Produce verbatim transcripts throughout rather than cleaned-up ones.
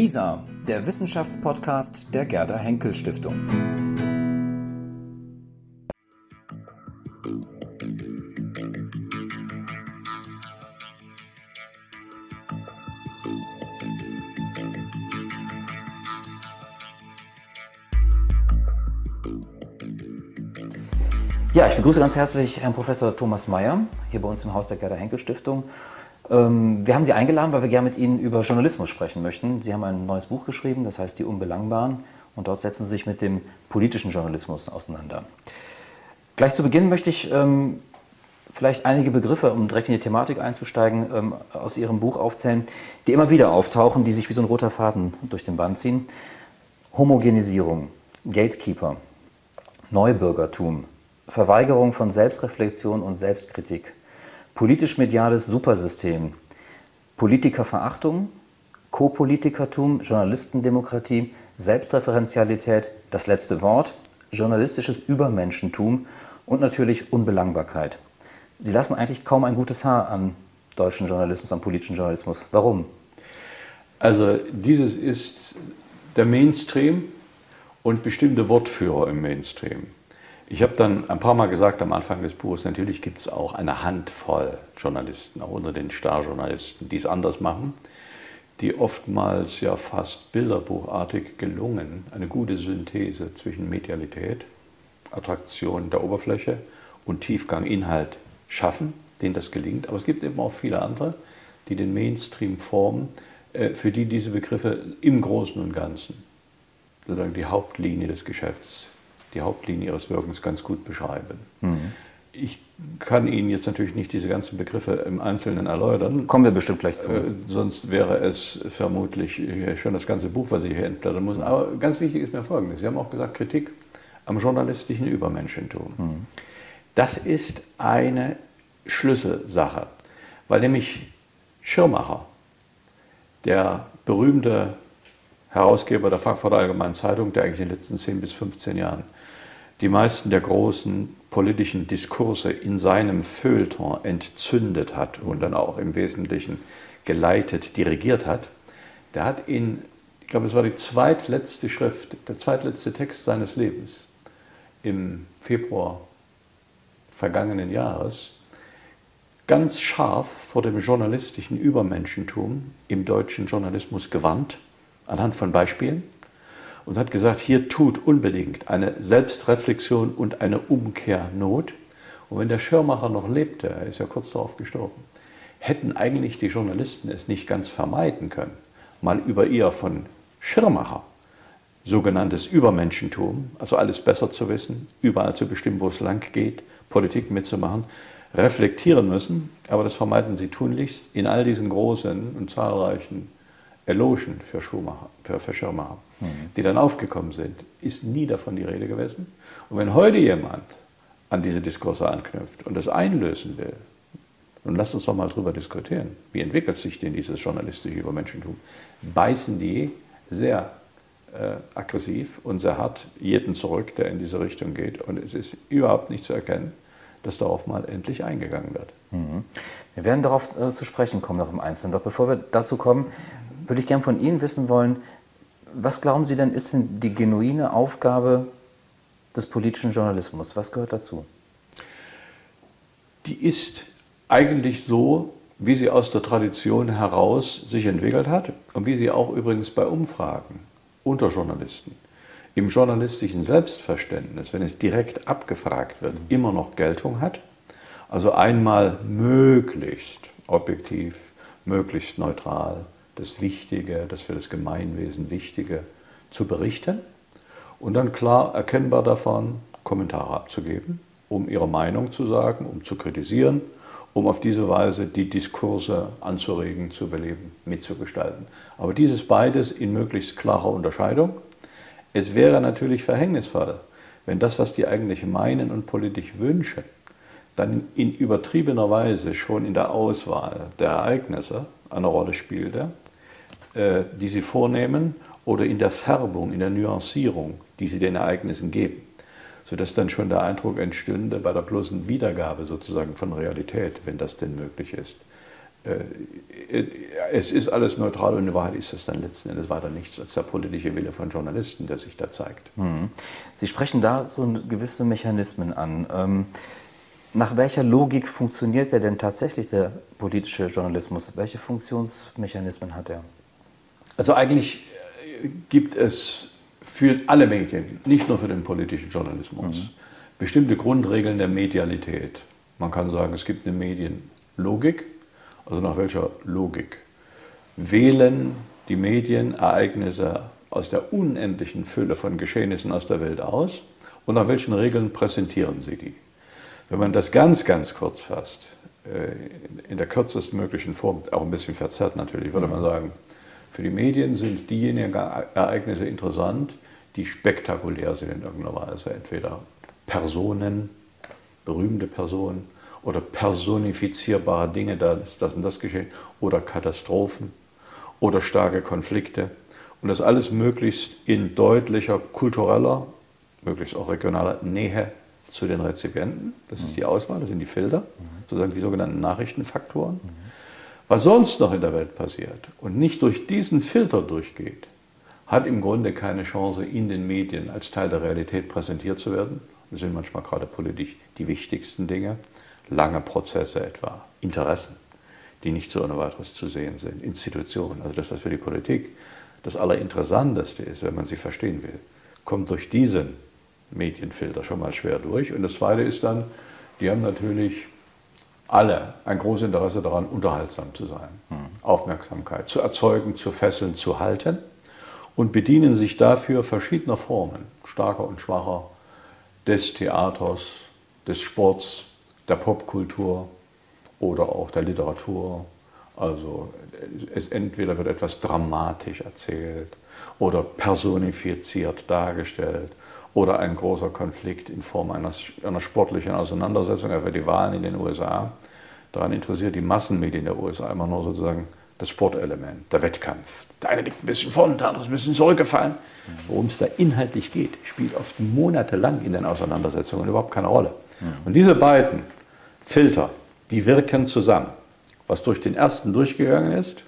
WISA, der Wissenschaftspodcast der Gerda Henkel Stiftung. Ja, ich begrüße ganz herzlich Herrn Professor Thomas Mayer hier bei uns im Haus der Gerda Henkel Stiftung. Wir haben Sie eingeladen, weil wir gerne mit Ihnen über Journalismus sprechen möchten. Sie haben ein neues Buch geschrieben, das heißt Die Unbelangbaren, und dort setzen Sie sich mit dem politischen Journalismus auseinander. Gleich zu Beginn möchte ich ähm, vielleicht einige Begriffe, um direkt in die Thematik einzusteigen, ähm, aus Ihrem Buch aufzählen, die immer wieder auftauchen, die sich wie so ein roter Faden durch den Band ziehen. Homogenisierung, Gatekeeper, Neubürgertum, Verweigerung von Selbstreflexion und Selbstkritik, politisch-mediales Supersystem, Politikerverachtung, Co-Politikertum, Journalistendemokratie, Selbstreferenzialität, das letzte Wort, journalistisches Übermenschentum und natürlich Unbelangbarkeit. Sie lassen eigentlich kaum ein gutes Haar an deutschen Journalismus, am politischen Journalismus. Warum? Also dieses ist der Mainstream und bestimmte Wortführer im Mainstream. Ich habe dann ein paar Mal gesagt am Anfang des Buches, natürlich gibt es auch eine Handvoll Journalisten, auch unter den Starjournalisten, die es anders machen, die oftmals ja fast bilderbuchartig gelungen eine gute Synthese zwischen Medialität, Attraktion der Oberfläche und Tiefgang, Inhalt schaffen, denen das gelingt. Aber es gibt eben auch viele andere, die den Mainstream formen, für die diese Begriffe im Großen und Ganzen, sozusagen die Hauptlinie des Geschäfts, die Hauptlinie ihres Wirkens ganz gut beschreiben. Mhm. Ich kann Ihnen jetzt natürlich nicht diese ganzen Begriffe im Einzelnen erläutern. Kommen wir bestimmt gleich zu. Äh, sonst wäre es vermutlich schon das ganze Buch, was ich hier entblättern muss. Aber ganz wichtig ist mir Folgendes. Sie haben auch gesagt, Kritik am journalistischen Übermenschentum. Mhm. Das ist eine Schlüsselsache, weil nämlich Schirmacher, der berühmte Herausgeber der Frankfurter Allgemeinen Zeitung, der eigentlich in den letzten zehn bis fünfzehn Jahren die meisten der großen politischen Diskurse in seinem Feuilleton entzündet hat und dann auch im Wesentlichen geleitet, dirigiert hat, der hat in, ich glaube es war die zweitletzte Schrift, der zweitletzte Text seines Lebens im Februar vergangenen Jahres ganz scharf vor dem journalistischen Übermenschentum im deutschen Journalismus gewarnt, anhand von Beispielen, und hat gesagt, hier tut unbedingt eine Selbstreflexion und eine Umkehr Not. Und wenn der Schirmacher noch lebte, er ist ja kurz darauf gestorben, hätten eigentlich die Journalisten es nicht ganz vermeiden können, mal über ihr von Schirmacher sogenanntes Übermenschentum, also alles besser zu wissen, überall zu bestimmen, wo es lang geht, Politik mitzumachen, reflektieren müssen. Aber das vermeiden sie tunlichst in all diesen großen und zahlreichen Elogen für, Schumacher, für, für Schirmacher, mhm. die dann aufgekommen sind, ist nie davon die Rede gewesen. Und wenn heute jemand an diese Diskurse anknüpft und das einlösen will, dann lasst uns doch mal drüber diskutieren. Wie entwickelt sich denn dieses journalistische Übermenschentum? Beißen die sehr äh, aggressiv und sehr hart jeden zurück, der in diese Richtung geht. Und es ist überhaupt nicht zu erkennen, dass darauf mal endlich eingegangen wird. Mhm. Wir werden darauf äh, zu sprechen kommen, noch im Einzelnen. Doch bevor wir dazu kommen, würde ich gerne von Ihnen wissen wollen, was glauben Sie denn, ist denn die genuine Aufgabe des politischen Journalismus? Was gehört dazu? Die ist eigentlich so, wie sie aus der Tradition heraus sich entwickelt hat und wie sie auch übrigens bei Umfragen unter Journalisten im journalistischen Selbstverständnis, wenn es direkt abgefragt wird, immer noch Geltung hat. Also einmal möglichst objektiv, möglichst neutral, das Wichtige, das für das Gemeinwesen Wichtige zu berichten und dann klar erkennbar davon Kommentare abzugeben, um ihre Meinung zu sagen, um zu kritisieren, um auf diese Weise die Diskurse anzuregen, zu beleben, mitzugestalten. Aber dieses beides in möglichst klarer Unterscheidung. Es wäre natürlich verhängnisvoll, wenn das, was die eigentlich meinen und politisch wünschen, dann in übertriebener Weise schon in der Auswahl der Ereignisse eine Rolle spielte, äh, die sie vornehmen, oder in der Färbung, in der Nuancierung, die sie den Ereignissen geben, sodass dann schon der Eindruck entstünde, bei der bloßen Wiedergabe sozusagen von Realität, wenn das denn möglich ist, es ist alles neutral und in Wahrheit ist es dann letzten Endes weiter nichts als der politische Wille von Journalisten, der sich da zeigt. Sie sprechen da so gewisse Mechanismen an. Nach welcher Logik funktioniert der denn tatsächlich, der politische Journalismus? Welche Funktionsmechanismen hat er? Also eigentlich gibt es für alle Medien, nicht nur für den politischen Journalismus, mhm. bestimmte Grundregeln der Medialität. Man kann sagen, es gibt eine Medienlogik. Also nach welcher Logik wählen die Medien Ereignisse aus der unendlichen Fülle von Geschehnissen aus der Welt aus und nach welchen Regeln präsentieren sie die? Wenn man das ganz, ganz kurz fasst, in der kürzesten möglichen Form, auch ein bisschen verzerrt natürlich, würde man sagen, für die Medien sind diejenigen Ereignisse interessant, die spektakulär sind in irgendeiner Weise. Entweder Personen, berühmte Personen, oder personifizierbare Dinge, da ist das und das geschehen, oder Katastrophen oder starke Konflikte. Und das alles möglichst in deutlicher kultureller, möglichst auch regionaler Nähe zu den Rezipienten. Das ist die Auswahl, das sind die Filter, sozusagen die sogenannten Nachrichtenfaktoren. Was sonst noch in der Welt passiert und nicht durch diesen Filter durchgeht, hat im Grunde keine Chance, in den Medien als Teil der Realität präsentiert zu werden. Das sind manchmal gerade politisch die wichtigsten Dinge. Lange Prozesse etwa, Interessen, die nicht so ohne weiteres zu sehen sind, Institutionen, also das, was für die Politik das Allerinteressanteste ist, wenn man sie verstehen will, kommt durch diesen Medienfilter schon mal schwer durch. Und das Zweite ist dann, die haben natürlich alle ein großes Interesse daran, unterhaltsam zu sein, mhm. Aufmerksamkeit zu erzeugen, zu fesseln, zu halten und bedienen sich dafür verschiedener Formen, starker und schwacher, des Theaters, des Sports, der Popkultur oder auch der Literatur. Also es entweder wird etwas dramatisch erzählt oder personifiziert dargestellt oder ein großer Konflikt in Form einer, einer sportlichen Auseinandersetzung, etwa die Wahlen in den U S A. Daran interessiert die Massenmedien der U S A immer nur sozusagen das Sportelement, der Wettkampf. Der eine liegt ein bisschen vorne, der andere ist ein bisschen zurückgefallen. Worum es da inhaltlich geht, spielt oft monatelang in den Auseinandersetzungen überhaupt keine Rolle. Und diese beiden Filter, die wirken zusammen. Was durch den ersten durchgegangen ist,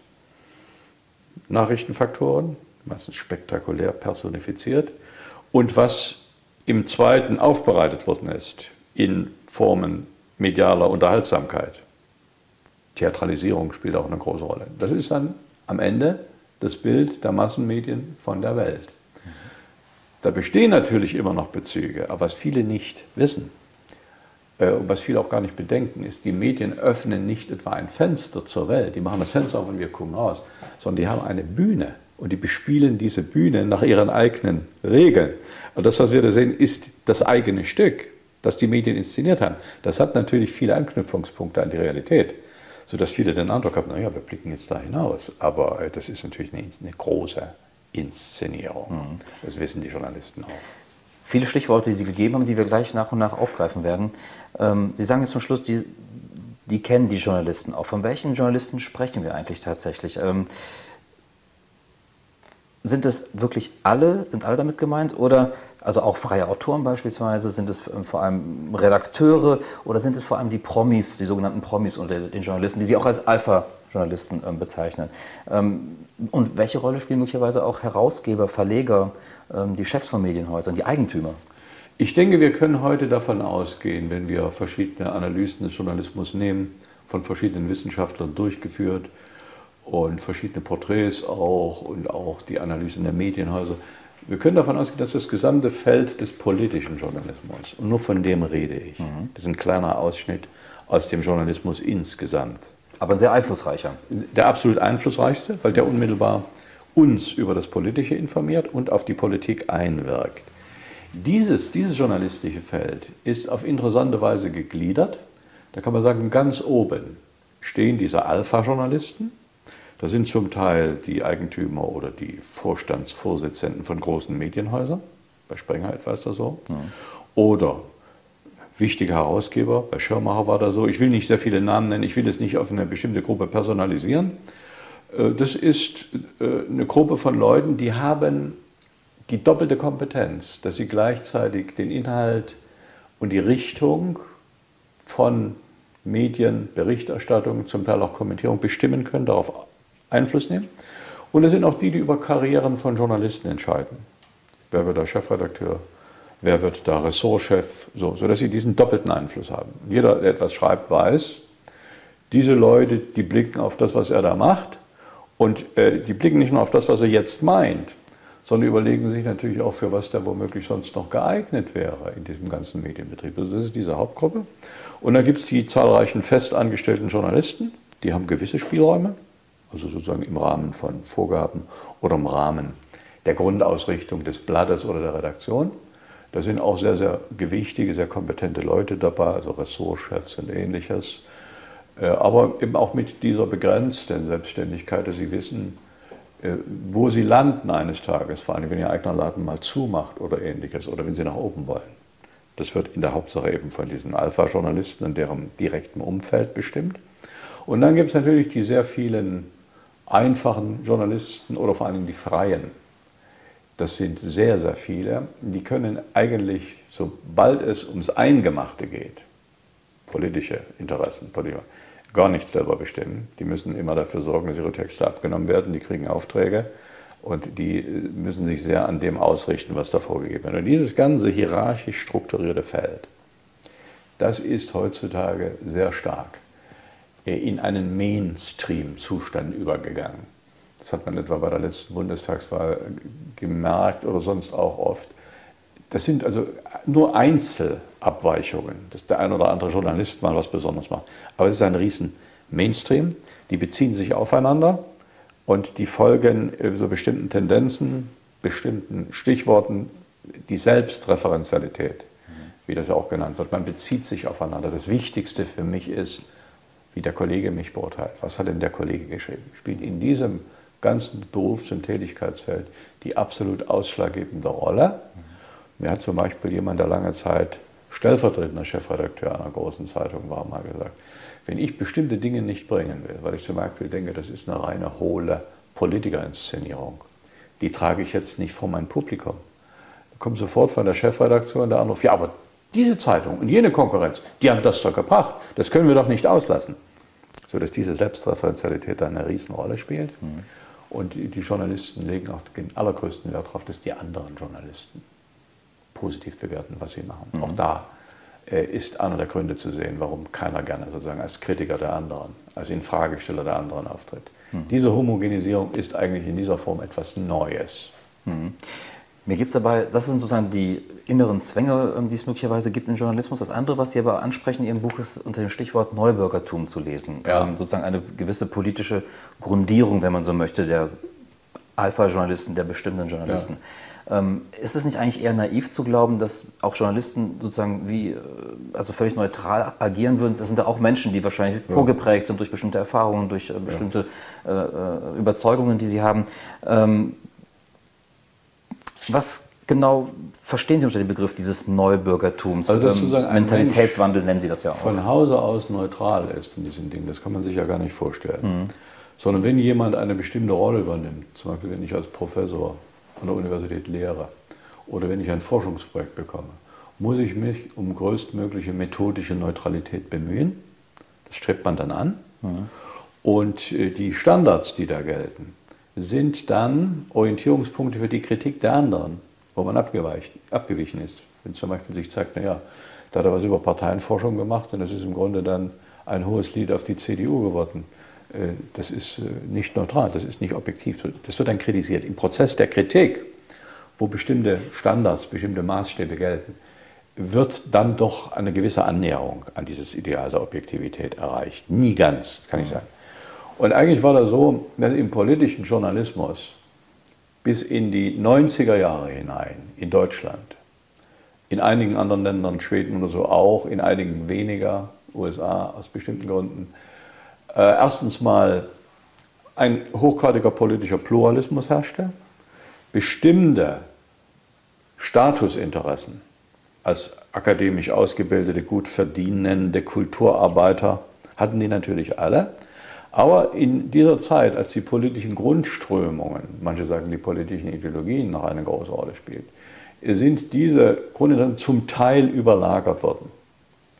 Nachrichtenfaktoren, meistens spektakulär personifiziert, und was im zweiten aufbereitet worden ist, in Formen medialer Unterhaltsamkeit. Theatralisierung spielt auch eine große Rolle. Das ist dann am Ende das Bild der Massenmedien von der Welt. Da bestehen natürlich immer noch Bezüge, aber was viele nicht wissen, und was viele auch gar nicht bedenken, ist, die Medien öffnen nicht etwa ein Fenster zur Welt, die machen das Fenster auf und wir gucken raus, sondern die haben eine Bühne und die bespielen diese Bühne nach ihren eigenen Regeln. Und das, was wir da sehen, ist das eigene Stück, das die Medien inszeniert haben. Das hat natürlich viele Anknüpfungspunkte an die Realität, sodass viele den Eindruck haben, naja, wir blicken jetzt da hinaus, aber das ist natürlich eine, eine große Inszenierung. Mhm. Das wissen die Journalisten auch. Viele Stichworte, die Sie gegeben haben, die wir gleich nach und nach aufgreifen werden. Ähm, Sie sagen jetzt zum Schluss, die, die kennen die Journalisten auch. Von welchen Journalisten sprechen wir eigentlich tatsächlich? Ähm, sind es wirklich alle, sind alle damit gemeint? Oder also auch freie Autoren beispielsweise? Sind es vor allem Redakteure oder sind es vor allem die Promis, die sogenannten Promis unter den Journalisten, die Sie auch als Alpha-Journalisten ähm, bezeichnen? Ähm, und welche Rolle spielen möglicherweise auch Herausgeber, Verleger, ähm, die Chefs von Medienhäusern, die Eigentümer? Ich denke, wir können heute davon ausgehen, wenn wir verschiedene Analysen des Journalismus nehmen, von verschiedenen Wissenschaftlern durchgeführt und verschiedene Porträts auch und auch die Analysen der Medienhäuser. Wir können davon ausgehen, dass das gesamte Feld des politischen Journalismus, und nur von dem rede ich, mhm. das ist ein kleiner Ausschnitt aus dem Journalismus insgesamt. Aber ein sehr einflussreicher. Der absolut einflussreichste, weil der unmittelbar uns über das Politische informiert und auf die Politik einwirkt. Dieses, dieses journalistische Feld ist auf interessante Weise gegliedert. Da kann man sagen, ganz oben stehen diese Alpha-Journalisten. Das sind zum Teil die Eigentümer oder die Vorstandsvorsitzenden von großen Medienhäusern. Bei Springer etwa ist das so. Ja. Oder wichtige Herausgeber, bei Schirmacher war das so. Ich will nicht sehr viele Namen nennen, ich will es nicht auf eine bestimmte Gruppe personalisieren. Das ist eine Gruppe von Leuten, die haben die doppelte Kompetenz, dass sie gleichzeitig den Inhalt und die Richtung von Medien, Berichterstattung, zum Teil auch Kommentierung bestimmen können, darauf Einfluss nehmen. Und es sind auch die, die über Karrieren von Journalisten entscheiden. Wer wird da Chefredakteur? Wer wird da Ressortchef? So, sodass sie diesen doppelten Einfluss haben. Jeder, der etwas schreibt, weiß, diese Leute, die blicken auf das, was er da macht. Und äh, die blicken nicht nur auf das, was er jetzt meint, sondern überlegen sich natürlich auch, für was der womöglich sonst noch geeignet wäre in diesem ganzen Medienbetrieb. Also das ist diese Hauptgruppe. Und dann gibt es die zahlreichen festangestellten Journalisten, die haben gewisse Spielräume, also sozusagen im Rahmen von Vorgaben oder im Rahmen der Grundausrichtung des Blattes oder der Redaktion. Da sind auch sehr, sehr gewichtige, sehr kompetente Leute dabei, also Ressortchefs und Ähnliches. Aber eben auch mit dieser begrenzten Selbstständigkeit, dass sie wissen, wo sie landen eines Tages, vor allem wenn ihr eigener Laden mal zumacht oder Ähnliches oder wenn sie nach oben wollen. Das wird in der Hauptsache eben von diesen Alpha-Journalisten und deren direktem Umfeld bestimmt. Und dann gibt es natürlich die sehr vielen einfachen Journalisten oder vor allem die Freien. Das sind sehr, sehr viele. Die können eigentlich, sobald es ums Eingemachte geht, politische Interessen, politische, gar nichts selber bestimmen. Die müssen immer dafür sorgen, dass ihre Texte abgenommen werden. Die kriegen Aufträge und die müssen sich sehr an dem ausrichten, was da vorgegeben wird. Und dieses ganze hierarchisch strukturierte Feld, das ist heutzutage sehr stark in einen Mainstream-Zustand übergegangen. Das hat man etwa bei der letzten Bundestagswahl gemerkt oder sonst auch oft. Das sind also nur Einzelabweichungen, dass der ein oder andere Journalist mal was Besonderes macht. Aber es ist ein riesen Mainstream, die beziehen sich aufeinander und die folgen so bestimmten Tendenzen, bestimmten Stichworten, die Selbstreferenzialität, wie das ja auch genannt wird. Man bezieht sich aufeinander. Das Wichtigste für mich ist, wie der Kollege mich beurteilt. Was hat denn der Kollege geschrieben? Spielt in diesem ganzen Berufs- und Tätigkeitsfeld die absolut ausschlaggebende Rolle. Mir hat zum Beispiel jemand, der lange Zeit stellvertretender Chefredakteur einer großen Zeitung war, mal gesagt, wenn ich bestimmte Dinge nicht bringen will, weil ich zum Beispiel denke, das ist eine reine hohle Politikerinszenierung, die trage ich jetzt nicht vor mein Publikum. Da kommt sofort von der Chefredaktion der Anruf, ja, aber diese Zeitung und jene Konkurrenz, die haben das doch gebracht, das können wir doch nicht auslassen. Sodass diese Selbstreferenzialität da eine Riesenrolle spielt. Mhm. Und die, die Journalisten legen auch den allergrößten Wert darauf, dass die anderen Journalisten positiv bewerten, was sie machen. Mhm. Auch da äh, ist einer der Gründe zu sehen, warum keiner gerne sozusagen als Kritiker der anderen, als Infragesteller der anderen auftritt. Mhm. Diese Homogenisierung ist eigentlich in dieser Form etwas Neues. Mhm. Mir geht es dabei, das sind sozusagen die inneren Zwänge, die es möglicherweise gibt im Journalismus. Das andere, was Sie aber ansprechen in Ihrem Buch, ist unter dem Stichwort Neubürgertum zu lesen. Ja. Ähm, sozusagen eine gewisse politische Grundierung, wenn man so möchte, der Alpha-Journalisten, der bestimmten Journalisten. Ja. Ähm, ist es nicht eigentlich eher naiv zu glauben, dass auch Journalisten sozusagen wie, also völlig neutral agieren würden? Das sind ja auch Menschen, die wahrscheinlich ja. vorgeprägt sind durch bestimmte Erfahrungen, durch äh, bestimmte ja. äh, Überzeugungen, die sie haben. Ähm, Was genau verstehen Sie unter dem Begriff dieses Neubürgertums? Also dass sozusagen ein Mentalitätswandel nennen Sie das ja auch. Von Hause aus neutral ist in diesem Ding, das kann man sich ja gar nicht vorstellen. Mhm. Sondern wenn jemand eine bestimmte Rolle übernimmt, zum Beispiel wenn ich als Professor an der Universität lehre oder wenn ich ein Forschungsprojekt bekomme, muss ich mich um größtmögliche methodische Neutralität bemühen. Das strebt man dann an. Mhm. Und die Standards, die da gelten, sind dann Orientierungspunkte für die Kritik der anderen, wo man abgewichen ist. Wenn zum Beispiel sich zeigt, naja, da hat er was über Parteienforschung gemacht und das ist im Grunde dann ein hohes Lied auf die C D U geworden. Das ist nicht neutral, das ist nicht objektiv. Das wird dann kritisiert. Im Prozess der Kritik, wo bestimmte Standards, bestimmte Maßstäbe gelten, wird dann doch eine gewisse Annäherung an dieses Ideal der Objektivität erreicht. Nie ganz, kann ich sagen. Und eigentlich war das so, dass im politischen Journalismus bis in die neunziger Jahre hinein in Deutschland, in einigen anderen Ländern, Schweden oder so auch, in einigen weniger, U S A aus bestimmten Gründen, äh, erstens mal ein hochgradiger politischer Pluralismus herrschte, bestimmte Statusinteressen als akademisch ausgebildete, gut verdienende Kulturarbeiter hatten die natürlich alle. Aber in dieser Zeit, als die politischen Grundströmungen, manche sagen die politischen Ideologien, noch eine große Rolle spielen, sind diese Grundinteressen zum Teil überlagert worden.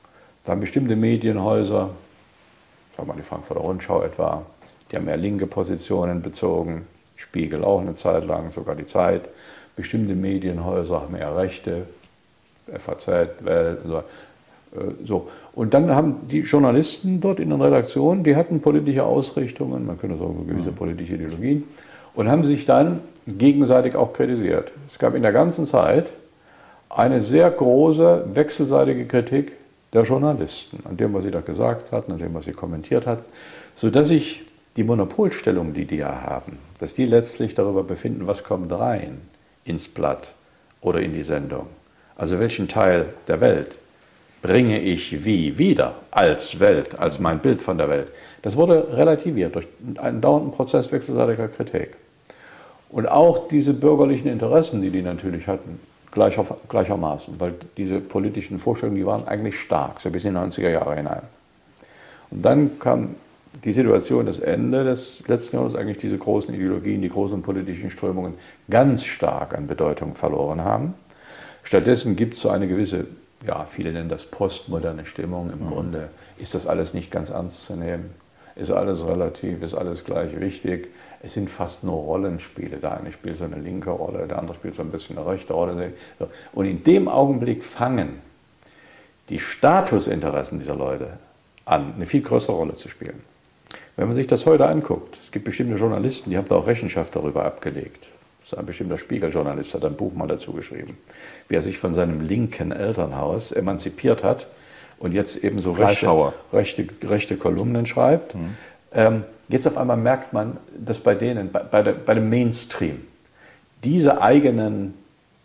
Da haben bestimmte Medienhäuser, sagen wir mal die Frankfurter Rundschau etwa, die haben mehr linke Positionen bezogen, Spiegel auch eine Zeit lang, sogar die Zeit. Bestimmte Medienhäuser haben eher rechte, F A Z, Welt, so. so. Und dann haben die Journalisten dort in den Redaktionen, die hatten politische Ausrichtungen, man könnte sagen gewisse politische Ideologien, und haben sich dann gegenseitig auch kritisiert. Es gab in der ganzen Zeit eine sehr große wechselseitige Kritik der Journalisten, an dem, was sie da gesagt hatten, an dem, was sie kommentiert hatten, sodass sich die Monopolstellung, die die ja haben, dass die letztlich darüber befinden, was kommt rein ins Blatt oder in die Sendung. Also welchen Teil der Welt bringe ich wie wieder als Welt, als mein Bild von der Welt. Das wurde relativiert durch einen dauernden Prozess wechselseitiger Kritik. Und auch diese bürgerlichen Interessen, die die natürlich hatten, gleicher, gleichermaßen, weil diese politischen Vorstellungen, die waren eigentlich stark, so bis in die neunziger Jahre hinein. Und dann kam die Situation, das Ende des letzten Jahrhunderts, eigentlich diese großen Ideologien, die großen politischen Strömungen ganz stark an Bedeutung verloren haben. Stattdessen gibt es so eine gewisse, ja, viele nennen das postmoderne Stimmung. Im mhm. Grunde ist das alles nicht ganz ernst zu nehmen, ist alles relativ, ist alles gleich wichtig. Es sind fast nur Rollenspiele. Der eine spielt so eine linke Rolle, der andere spielt so ein bisschen eine rechte Rolle. Und in dem Augenblick fangen die Statusinteressen dieser Leute an, eine viel größere Rolle zu spielen. Wenn man sich das heute anguckt, es gibt bestimmte Journalisten, die haben da auch Rechenschaft darüber abgelegt. So ein bestimmter Spiegeljournalist hat ein Buch mal dazu geschrieben, wie er sich von seinem linken Elternhaus emanzipiert hat und jetzt eben so rechte, rechte, rechte Kolumnen schreibt. Mhm. Ähm, jetzt auf einmal merkt man, dass bei denen, bei, bei, der, bei dem Mainstream, diese eigenen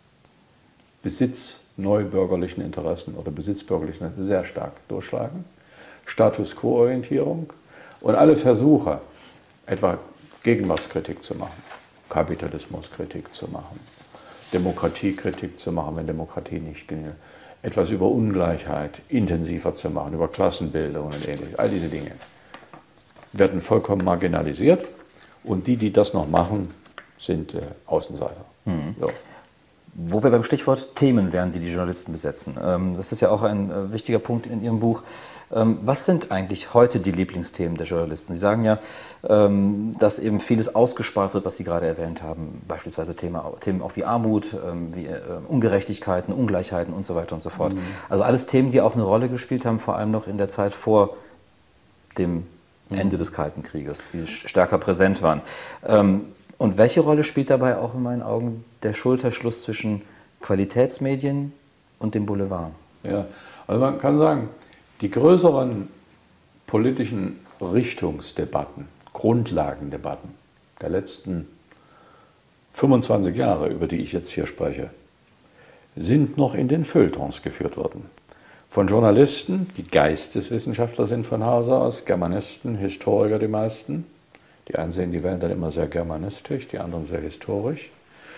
besitznneubürgerlichen Interessen oder besitzbürgerlichen Interessen sehr stark durchschlagen. Status-Quo-Orientierung und alle Versuche, etwa Gegenwartskritik zu machen, Kapitalismuskritik zu machen, Demokratiekritik zu machen, wenn Demokratie nicht ginge, etwas über Ungleichheit intensiver zu machen, über Klassenbildung und ähnliches, all diese Dinge werden vollkommen marginalisiert und die, die das noch machen, sind äh, Außenseiter. Mhm. So. Wo wir beim Stichwort Themen wären, die die Journalisten besetzen. Ähm, das ist ja auch ein äh, wichtiger Punkt in Ihrem Buch. Ähm, was sind eigentlich heute die Lieblingsthemen der Journalisten? Sie sagen ja, ähm, dass eben vieles ausgespart wird, was Sie gerade erwähnt haben. Beispielsweise Thema, Themen auch wie Armut, ähm, wie äh, Ungerechtigkeiten, Ungleichheiten und so weiter und so fort. Mhm. Also alles Themen, die auch eine Rolle gespielt haben, vor allem noch in der Zeit vor dem Ende des Kalten Krieges, die stärker präsent waren. Ähm, und welche Rolle spielt dabei auch in meinen Augen der Schulterschluss zwischen Qualitätsmedien und dem Boulevard? Ja, also man kann sagen, die größeren politischen Richtungsdebatten, Grundlagendebatten der letzten fünfundzwanzig Jahre, über die ich jetzt hier spreche, sind noch in den Feuilletons geführt worden. Von Journalisten, die Geisteswissenschaftler sind von Hause aus, Germanisten, Historiker die meisten. Die einen sehen die Welt dann immer sehr germanistisch, die anderen sehr historisch.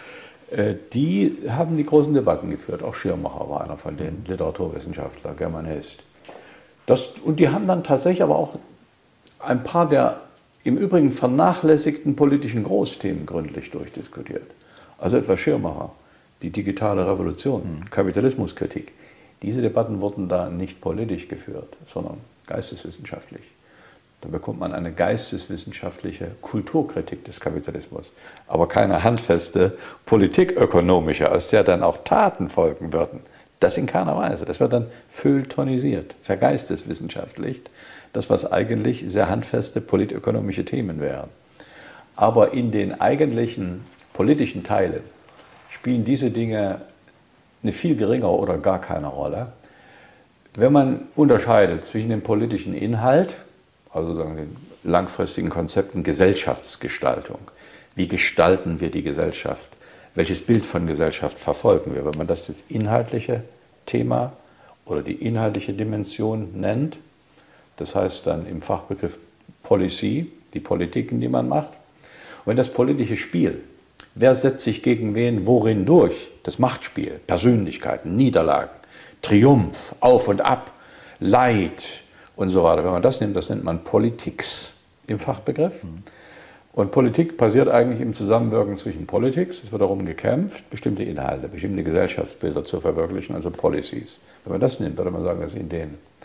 Die haben die großen Debatten geführt. Auch Schirmacher war einer von denen, Literaturwissenschaftler, Germanist. Das, und die haben dann tatsächlich aber auch ein paar der im Übrigen vernachlässigten politischen Großthemen gründlich durchdiskutiert. Also etwa Schirmacher, die digitale Revolution, Kapitalismuskritik. Diese Debatten wurden da nicht politisch geführt, sondern geisteswissenschaftlich. Da bekommt man eine geisteswissenschaftliche Kulturkritik des Kapitalismus, aber keine handfeste politikökonomische, aus der dann auch Taten folgen würden. Das in keiner Weise. Das wird dann feuilletonisiert, vergeisteswissenschaftlicht, das was eigentlich sehr handfeste politökonomische Themen wären. Aber in den eigentlichen politischen Teilen spielen diese Dinge eine viel geringere oder gar keine Rolle. Wenn man unterscheidet zwischen dem politischen Inhalt, also sagen den langfristigen Konzepten Gesellschaftsgestaltung, wie gestalten wir die Gesellschaft, welches Bild von Gesellschaft verfolgen wir, wenn man das das inhaltliche Thema oder die inhaltliche Dimension nennt, das heißt dann im Fachbegriff Policy, die Politiken, die man macht, und wenn das politische Spiel, wer setzt sich gegen wen, worin durch? Das Machtspiel, Persönlichkeiten, Niederlagen, Triumph, Auf und Ab, Leid und so weiter. Wenn man das nimmt, das nennt man Politics im Fachbegriff. Mhm. Und Politik passiert eigentlich im Zusammenwirken zwischen Politics. Es wird darum gekämpft, bestimmte Inhalte, bestimmte Gesellschaftsbilder zu verwirklichen, also Policies. Wenn man das nimmt, würde man sagen, dass in den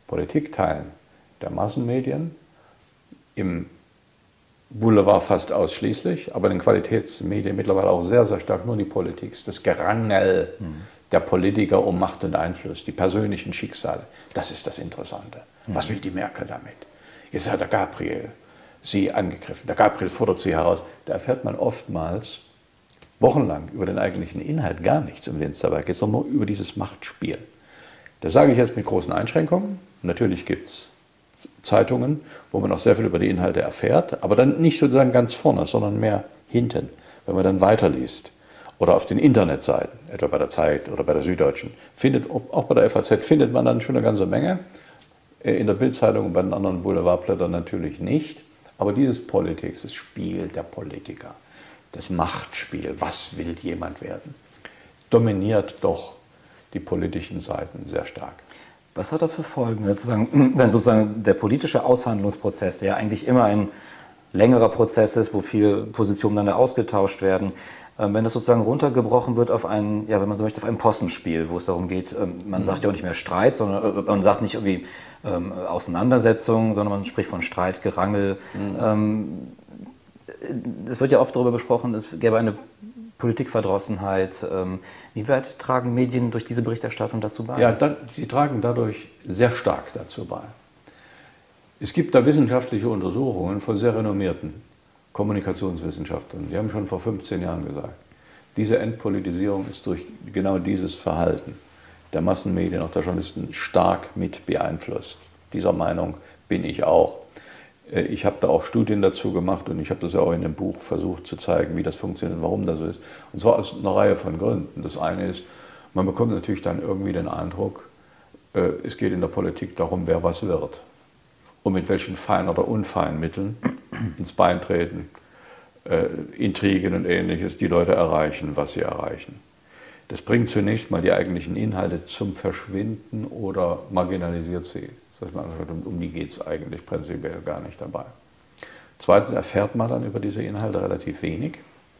Politikteilen der Massenmedien, im Boulevard fast ausschließlich, aber in den Qualitätsmedien mittlerweile auch sehr, sehr stark nur die Politik, das Gerangel mhm. der Politiker um Macht und Einfluss, die persönlichen Schicksale. Das ist das Interessante. Mhm. Was will die Merkel damit? Jetzt hat der Gabriel sie angegriffen. Der Gabriel fordert sie heraus. Da erfährt man oftmals wochenlang über den eigentlichen Inhalt gar nichts, um den es dabei geht, sondern nur über dieses Machtspiel. Das sage ich jetzt mit großen Einschränkungen. Natürlich gibt es Zeitungen, wo man auch sehr viel über die Inhalte erfährt, aber dann nicht sozusagen ganz vorne, sondern mehr hinten, wenn man dann weiterliest. Oder auf den Internetseiten, etwa bei der Zeit oder bei der Süddeutschen, findet, auch bei der F A Z findet man dann schon eine ganze Menge. In der Bildzeitung und bei den anderen Boulevardblättern natürlich nicht. Aber dieses Politik, das Spiel der Politiker, das Machtspiel, was will jemand werden, dominiert doch die politischen Seiten sehr stark. Was hat das für Folgen, wenn sozusagen der politische Aushandlungsprozess, der ja eigentlich immer ein längerer Prozess ist, wo viele Positionen dann ausgetauscht werden, wenn das sozusagen runtergebrochen wird auf ein, ja, wenn man so möchte, auf ein Postenspiel, wo es darum geht, man mhm. sagt ja auch nicht mehr Streit, sondern man sagt nicht irgendwie ähm, Auseinandersetzung, sondern man spricht von Streit, Gerangel. Mhm. Ähm, es wird ja oft darüber gesprochen, es gäbe eine Politikverdrossenheit. Ähm, wie weit tragen Medien durch diese Berichterstattung dazu bei? Ja, da, sie tragen dadurch sehr stark dazu bei. Es gibt da wissenschaftliche Untersuchungen von sehr renommierten Kommunikationswissenschaftlern. Die haben schon vor fünfzehn Jahren gesagt, diese Entpolitisierung ist durch genau dieses Verhalten der Massenmedien, auch der Journalisten, stark mit beeinflusst. Dieser Meinung bin ich auch. Ich habe da auch Studien dazu gemacht und ich habe das ja auch in dem Buch versucht zu zeigen, wie das funktioniert und warum das so ist. Und zwar aus einer Reihe von Gründen. Das eine ist, man bekommt natürlich dann irgendwie den Eindruck, es geht in der Politik darum, wer was wird und mit welchen feinen oder unfeinen Mitteln ins Bein treten, Intrigen und Ähnliches die Leute erreichen, was sie erreichen. Das bringt zunächst mal die eigentlichen Inhalte zum Verschwinden oder marginalisiert sie. Das heißt, man sagt, um die geht es eigentlich prinzipiell gar nicht dabei. Zweitens erfährt man dann über diese Inhalte relativ wenig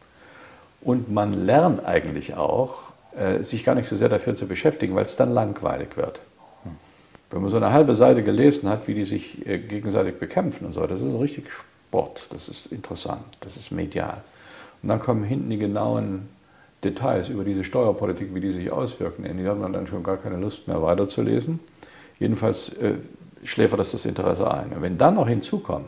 und man lernt eigentlich auch, äh, sich gar nicht so sehr dafür zu beschäftigen, weil es dann langweilig wird. Wenn man so eine halbe Seite gelesen hat, wie die sich äh, gegenseitig bekämpfen und so, das ist so richtig Sport, das ist interessant, das ist medial. Und dann kommen hinten die genauen Details über diese Steuerpolitik, wie die sich auswirken. In die hat man dann schon gar keine Lust mehr weiterzulesen. Jedenfalls äh, schläfert das das Interesse ein. Und wenn dann noch hinzukommt,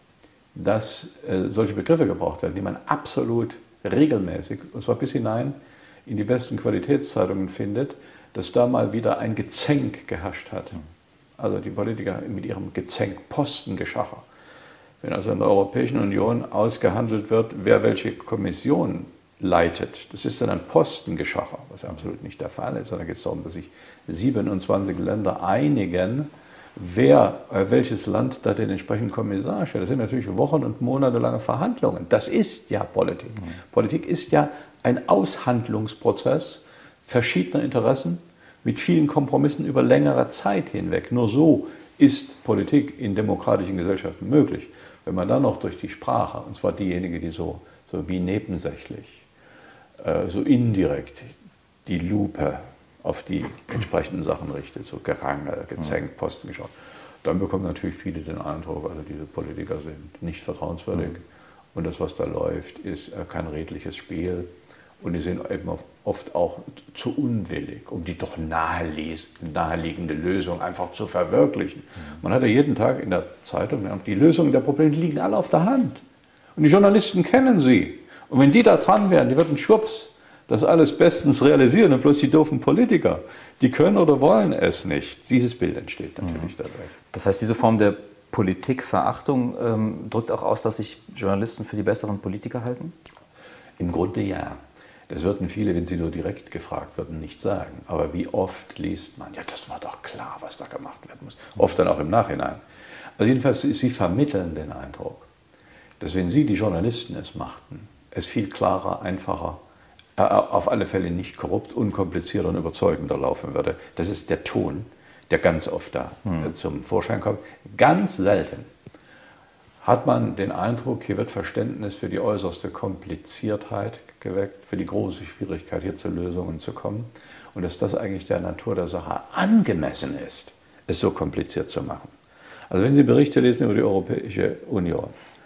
dass äh, solche Begriffe gebraucht werden, die man absolut regelmäßig, und zwar bis hinein in die besten Qualitätszeitungen findet, dass da mal wieder ein Gezänk geherrscht hat. Also die Politiker mit ihrem Gezänk, Postengeschacher. Wenn also in der Europäischen Union ausgehandelt wird, wer welche Kommission leitet, das ist dann ein Postengeschacher, was ja absolut nicht der Fall ist, sondern geht es darum, dass sich siebenundzwanzig Länder einigen, wer, äh, welches Land da den entsprechenden Kommissar stellt. Das sind natürlich wochen- und monatelange Verhandlungen. Das ist ja Politik. Mhm. Politik ist ja ein Aushandlungsprozess verschiedener Interessen mit vielen Kompromissen über längere Zeit hinweg. Nur so ist Politik in demokratischen Gesellschaften möglich. Wenn man dann noch durch die Sprache, und zwar diejenige, die so, so wie nebensächlich, äh, so indirekt die Lupe auf die entsprechenden Sachen richtet, so Gerangel, Gezänk, Postengeschaut, dann bekommen natürlich viele den Eindruck, also diese Politiker sind nicht vertrauenswürdig mhm. und das, was da läuft, ist kein redliches Spiel und die sind eben oft auch zu unwillig, um die doch naheliegende Lösung einfach zu verwirklichen. Mhm. Man hat ja jeden Tag in der Zeitung, die Lösungen der Probleme liegen alle auf der Hand und die Journalisten kennen sie und wenn die da dran wären, die würden schwupps das alles bestens realisieren und bloß die doofen Politiker, die können oder wollen es nicht. Dieses Bild entsteht natürlich dadurch. Das heißt, diese Form der Politikverachtung ähm, drückt auch aus, dass sich Journalisten für die besseren Politiker halten? Im Grunde ja. Das würden viele, wenn sie nur direkt gefragt würden, nicht sagen. Aber wie oft liest man, ja, das war doch klar, was da gemacht werden muss. Oft dann auch im Nachhinein. Also jedenfalls, sie vermitteln den Eindruck, dass wenn sie, die Journalisten, es machten, es viel klarer, einfacher, auf alle Fälle nicht korrupt, unkomplizierter und überzeugender laufen würde. Das ist der Ton, der ganz oft da hm. zum Vorschein kommt. Ganz selten hat man den Eindruck, hier wird Verständnis für die äußerste Kompliziertheit geweckt, für die große Schwierigkeit, hier zu Lösungen zu kommen und dass das eigentlich der Natur der Sache angemessen ist. es so kompliziert zu machen. Also wenn Sie Berichte lesen über die Europäische Union,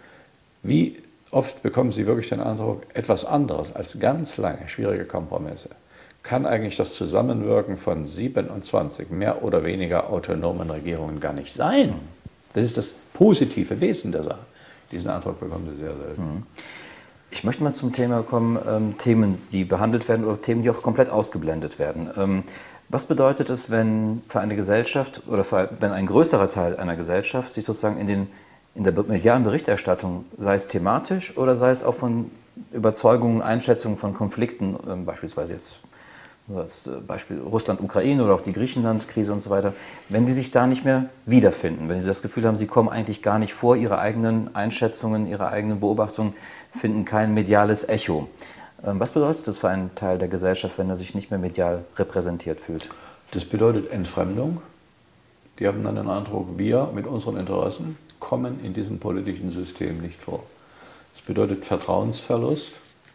wie oft bekommen Sie wirklich den Eindruck, etwas anderes als ganz lange schwierige Kompromisse kann eigentlich das Zusammenwirken von siebenundzwanzig mehr oder weniger autonomen Regierungen gar nicht sein. Das ist das positive Wesen der Sache. Diesen Eindruck bekommen Sie sehr selten. Ich möchte mal zum Thema kommen, ähm, Themen, die behandelt werden oder Themen, die auch komplett ausgeblendet werden. Ähm, was bedeutet es, wenn für eine Gesellschaft oder für, wenn ein größerer Teil einer Gesellschaft sich sozusagen in, den, in der medialen Berichterstattung, sei es thematisch oder sei es auch von Überzeugungen, Einschätzungen von Konflikten, ähm, beispielsweise jetzt das Beispiel Russland, Ukraine oder auch die Griechenland-Krise und so weiter, wenn die sich da nicht mehr wiederfinden, wenn sie das Gefühl haben, sie kommen eigentlich gar nicht vor, ihre eigenen Einschätzungen, ihre eigenen Beobachtungen finden kein mediales Echo. Was bedeutet das für einen Teil der Gesellschaft, wenn er sich nicht mehr medial repräsentiert fühlt? Das bedeutet Entfremdung. Die haben dann den Eindruck, wir mit unseren Interessen kommen in diesem politischen System nicht vor. Das bedeutet Vertrauensverlust.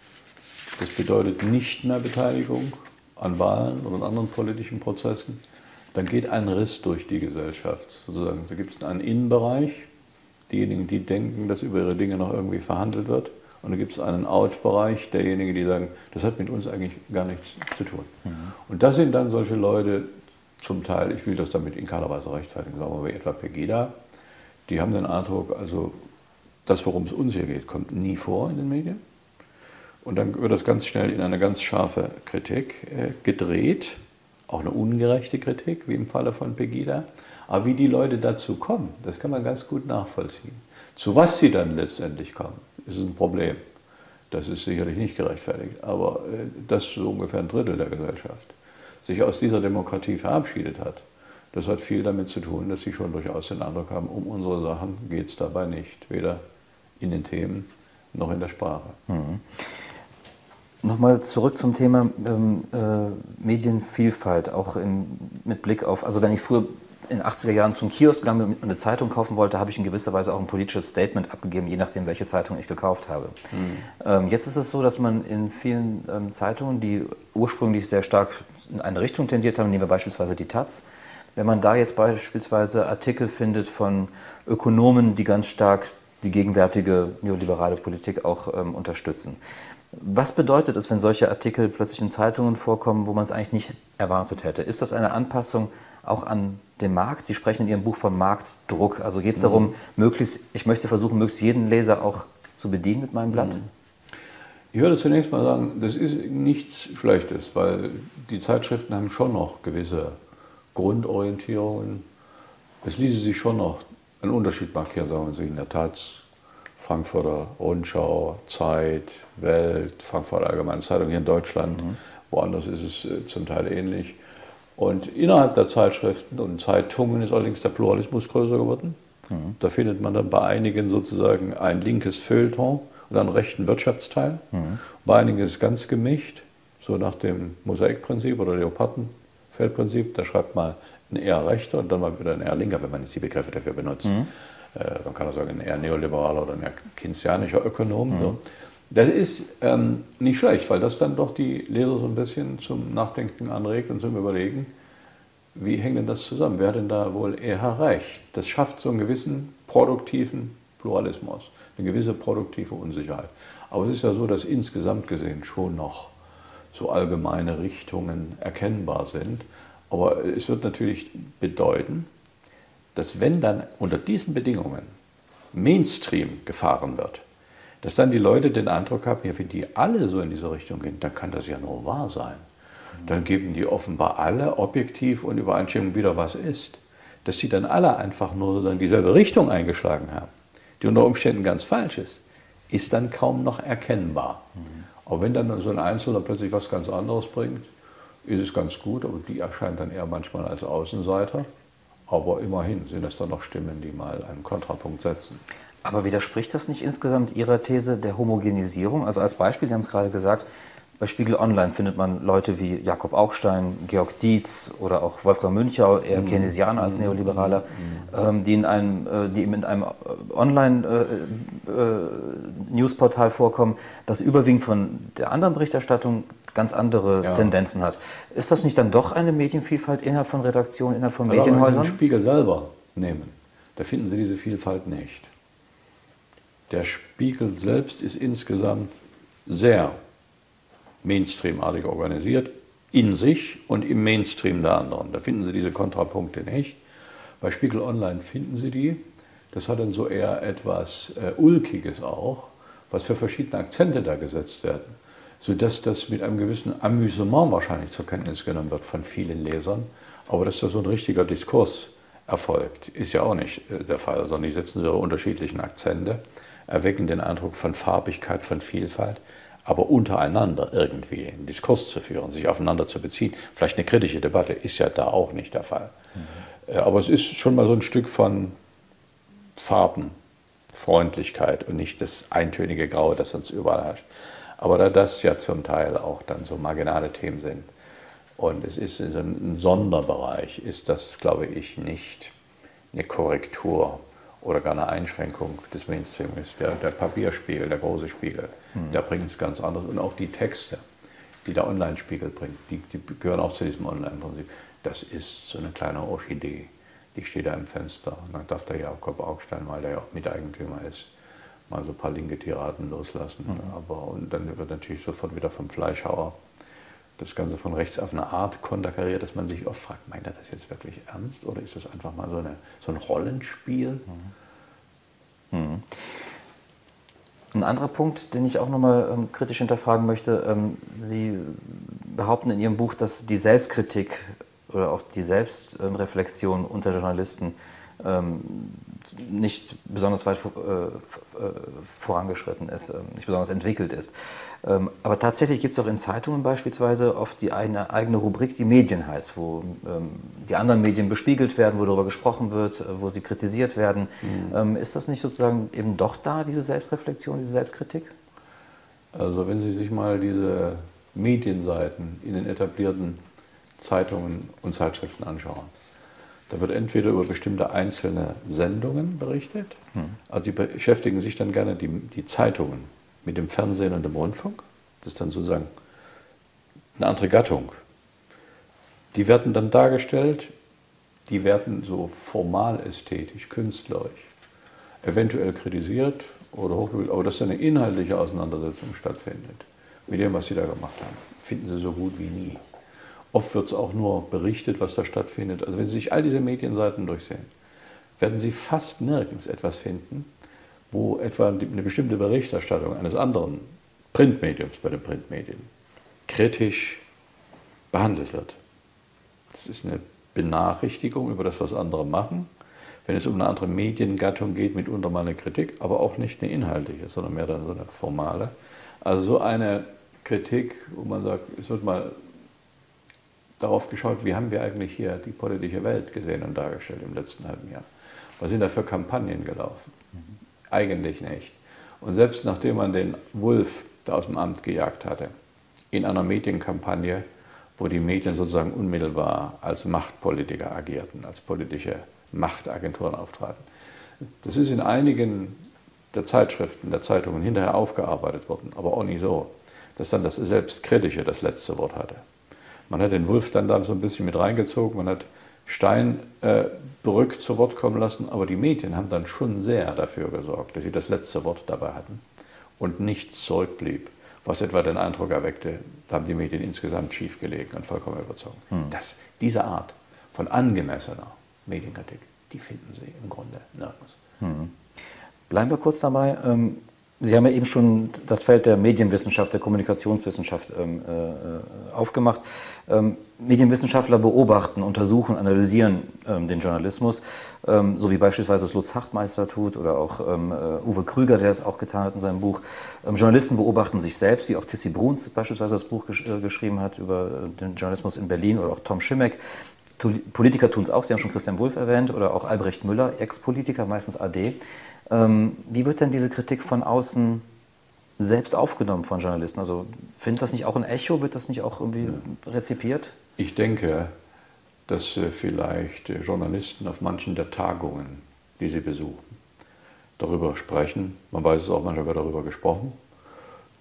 Das bedeutet nicht mehr Beteiligung an Wahlen oder an anderen politischen Prozessen. Dann geht ein Riss durch die Gesellschaft. Sozusagen. Da gibt es einen Innenbereich, diejenigen, die denken, dass über ihre Dinge noch irgendwie verhandelt wird. Und dann gibt es einen Out-Bereich, derjenigen, die sagen, das hat mit uns eigentlich gar nichts zu tun. Mhm. Und das sind dann solche Leute, zum Teil, ich will das damit in keiner Weise rechtfertigen, sagen wir mal etwa Pegida, die haben den Eindruck, also das, worum es uns hier geht, kommt nie vor in den Medien. Und dann wird das ganz schnell in eine ganz scharfe Kritik äh, gedreht, auch eine ungerechte Kritik, wie im Falle von Pegida. Aber wie die Leute dazu kommen, das kann man ganz gut nachvollziehen. Zu was sie dann letztendlich kommen, ist ein Problem. Das ist sicherlich nicht gerechtfertigt, aber äh, dass so ungefähr ein Drittel der Gesellschaft sich aus dieser Demokratie verabschiedet hat, das hat viel damit zu tun, dass sie schon durchaus den Eindruck haben, um unsere Sachen geht es dabei nicht, weder in den Themen noch in der Sprache. Mhm. Nochmal zurück zum Thema ähm, äh, Medienvielfalt, auch in, mit Blick auf, also wenn ich früher in den achtziger Jahren zum Kiosk gegangen bin und eine Zeitung kaufen wollte, habe ich in gewisser Weise auch ein politisches Statement abgegeben, je nachdem, welche Zeitung ich gekauft habe. Mhm. Ähm, jetzt ist es so, dass man in vielen ähm, Zeitungen, die ursprünglich sehr stark in eine Richtung tendiert haben, nehmen wir beispielsweise die Taz, wenn man da jetzt beispielsweise Artikel findet von Ökonomen, die ganz stark die gegenwärtige neoliberale Politik auch ähm, unterstützen. Was bedeutet es, wenn solche Artikel plötzlich in Zeitungen vorkommen, wo man es eigentlich nicht erwartet hätte? Ist das eine Anpassung auch an den Markt? Sie sprechen in Ihrem Buch vom Marktdruck. Also geht es darum, möglichst, ich möchte versuchen, möglichst jeden Leser auch zu bedienen mit meinem Blatt? Ich würde zunächst mal sagen, das ist nichts Schlechtes, weil die Zeitschriften haben schon noch gewisse Grundorientierungen. Es ließe sich schon noch einen Unterschied markieren, sagen wir so in der Taz, Frankfurter Rundschau, Zeit, Welt, Frankfurter Allgemeine Zeitung hier in Deutschland. Mhm. Woanders ist es äh, zum Teil ähnlich. Und innerhalb der Zeitschriften und Zeitungen ist allerdings der Pluralismus größer geworden. Mhm. Da findet man dann bei einigen sozusagen ein linkes Feuilleton und einen rechten Wirtschaftsteil. Mhm. Bei einigen ist es ganz gemischt, so nach dem Mosaikprinzip oder Leopardenfeldprinzip. Da schreibt mal ein eher rechter und dann mal wieder ein eher linker, wenn man jetzt die Begriffe dafür benutzt. Mhm. Man kann auch sagen, ein eher neoliberaler oder ein eher keynesianischer Ökonom. Mhm. So. Das ist ähm, nicht schlecht, weil das dann doch die Leser so ein bisschen zum Nachdenken anregt und zum Überlegen, wie hängt denn das zusammen? Wer hat denn da wohl eher recht? Das schafft so einen gewissen produktiven Pluralismus, eine gewisse produktive Unsicherheit. Aber es ist ja so, dass insgesamt gesehen schon noch so allgemeine Richtungen erkennbar sind. Aber es wird natürlich bedeuten, dass wenn dann unter diesen Bedingungen Mainstream gefahren wird, dass dann die Leute den Eindruck haben, ja, wenn die alle so in diese Richtung gehen, dann kann das ja nur wahr sein. Dann geben die offenbar alle objektiv und Übereinstimmung wieder, was ist. Dass die dann alle einfach nur sozusagen dieselbe Richtung eingeschlagen haben, die unter Umständen ganz falsch ist, ist dann kaum noch erkennbar. Mhm. Aber wenn dann so ein Einzelner plötzlich was ganz anderes bringt, ist es ganz gut, aber die erscheint dann eher manchmal als Außenseiter. Aber immerhin sind es dann noch Stimmen, die mal einen Kontrapunkt setzen. Aber widerspricht das nicht insgesamt Ihrer These der Homogenisierung? Also als Beispiel, Sie haben es gerade gesagt, bei Spiegel Online findet man Leute wie Jakob Augstein, Georg Dietz oder auch Wolfgang Münchau, eher Keynesianer als Neoliberaler, ähm, die in einem, äh, die in einem Online-Newsportal äh, äh, vorkommen, das überwiegend von der anderen Berichterstattung ganz andere ja. Tendenzen hat. Ist das nicht dann doch eine Medienvielfalt innerhalb von Redaktionen, innerhalb von also Medienhäusern? Wenn Sie den Spiegel selber nehmen, da finden Sie diese Vielfalt nicht. Der Spiegel selbst ist insgesamt sehr mainstreamartig organisiert, in sich und im Mainstream der anderen. Da finden Sie diese Kontrapunkte nicht. Bei Spiegel Online finden Sie die. Das hat dann so eher etwas äh, Ulkiges auch, was für verschiedene Akzente da gesetzt werden, sodass das mit einem gewissen Amüsement wahrscheinlich zur Kenntnis genommen wird von vielen Lesern. Aber dass da so ein richtiger Diskurs erfolgt, ist ja auch nicht äh, der Fall, sondern die setzen ihre unterschiedlichen Akzente, erwecken den Eindruck von Farbigkeit, von Vielfalt, aber untereinander irgendwie einen Diskurs zu führen, sich aufeinander zu beziehen. Vielleicht eine kritische Debatte ist ja da auch nicht der Fall. Mhm. Aber es ist schon mal so ein Stück von Farben, Freundlichkeit und nicht das eintönige Graue, das sonst überall herrscht. Aber da das ja zum Teil auch dann so marginale Themen sind und es ist in so einem Sonderbereich, ist das, glaube ich, nicht eine Korrektur oder gar eine Einschränkung des Mainstreams. Der, der Papierspiegel, der große Spiegel, mhm. der bringt es ganz anders. Und auch die Texte, die der Online-Spiegel bringt, die, die gehören auch zu diesem Online-Prinzip. Das ist so eine kleine Orchidee, die steht da im Fenster. Und dann darf der Jakob Augstein, weil der ja auch Miteigentümer ist, mal so ein paar linke Tiraden loslassen. Mhm. Aber, und dann wird natürlich sofort wieder vom Fleischhauer das Ganze von rechts auf eine Art konterkariert, dass man sich oft fragt, meint er das jetzt wirklich ernst oder ist das einfach mal so, eine, so ein Rollenspiel? Mhm. Mhm. Ein anderer Punkt, den ich auch nochmal ähm, kritisch hinterfragen möchte, ähm, Sie behaupten in Ihrem Buch, dass die Selbstkritik oder auch die Selbstreflexion unter Journalisten ähm, nicht besonders weit äh, vorangeschritten ist, äh, nicht besonders entwickelt ist. Ähm, aber tatsächlich gibt es auch in Zeitungen beispielsweise oft die eine eigene Rubrik, die Medien heißt, wo ähm, die anderen Medien bespiegelt werden, wo darüber gesprochen wird, äh, wo sie kritisiert werden. Mhm. Ähm, ist das nicht sozusagen eben doch da, diese Selbstreflexion, diese Selbstkritik? Also wenn Sie sich mal diese Medienseiten in den etablierten Zeitungen und Zeitschriften anschauen, da wird entweder über bestimmte einzelne Sendungen berichtet, hm. also die beschäftigen sich dann gerne, die, die Zeitungen, mit dem Fernsehen und dem Rundfunk, das ist dann sozusagen eine andere Gattung. Die werden dann dargestellt, die werden so formal ästhetisch, künstlerisch, eventuell kritisiert oder hochgebildet, aber dass eine inhaltliche Auseinandersetzung stattfindet mit dem, was sie da gemacht haben, finden Sie so gut wie nie. Oft wird es auch nur berichtet, was da stattfindet. Also wenn Sie sich all diese Medienseiten durchsehen, werden Sie fast nirgends etwas finden, wo etwa eine bestimmte Berichterstattung eines anderen Printmediums bei den Printmedien kritisch behandelt wird. Das ist eine Benachrichtigung über das, was andere machen. Wenn es um eine andere Mediengattung geht, mitunter mal eine Kritik, aber auch nicht eine inhaltliche, sondern mehr dann so eine formale. Also so eine Kritik, wo man sagt, es wird mal darauf geschaut, wie haben wir eigentlich hier die politische Welt gesehen und dargestellt im letzten halben Jahr. Was sind da für Kampagnen gelaufen? Mhm. Eigentlich nicht. Und selbst nachdem man den Wulff da aus dem Amt gejagt hatte, in einer Medienkampagne, wo die Medien sozusagen unmittelbar als Machtpolitiker agierten, als politische Machtagenturen auftraten. Das ist in einigen der Zeitschriften, der Zeitungen hinterher aufgearbeitet worden, aber auch nicht so, dass dann das Selbstkritische das letzte Wort hatte. Man hat den Wulff dann da so ein bisschen mit reingezogen, man hat Steinbrück äh, zu Wort kommen lassen, aber die Medien haben dann schon sehr dafür gesorgt, dass sie das letzte Wort dabei hatten und nichts zurückblieb, was etwa den Eindruck erweckte, da haben die Medien insgesamt schief gelegen und vollkommen überzogen. Hm. Das, diese Art von angemessener Medienkritik, die finden Sie im Grunde nirgends. Hm. Bleiben wir kurz dabei. Ähm Sie haben ja eben schon das Feld der Medienwissenschaft, der Kommunikationswissenschaft ähm, äh, aufgemacht. Ähm, Medienwissenschaftler beobachten, untersuchen, analysieren ähm, den Journalismus, ähm, so wie beispielsweise das Lutz Hachtmeister tut oder auch ähm, äh, Uwe Krüger, der es auch getan hat in seinem Buch. Ähm, Journalisten beobachten sich selbst, wie auch Tissi Bruns beispielsweise das Buch gesch äh, geschrieben hat über äh, den Journalismus in Berlin oder auch Tom Schimmeck. Politiker tun es auch, Sie haben schon Christian Wulff erwähnt oder auch Albrecht Müller, Ex-Politiker, meistens A D. Ähm, wie wird denn diese Kritik von außen selbst aufgenommen von Journalisten? Also findet das nicht auch ein Echo? Wird das nicht auch irgendwie ja. rezipiert? Ich denke, dass äh, vielleicht äh, Journalisten auf manchen der Tagungen, die sie besuchen, darüber sprechen. Man weiß es auch, manchmal wird darüber gesprochen,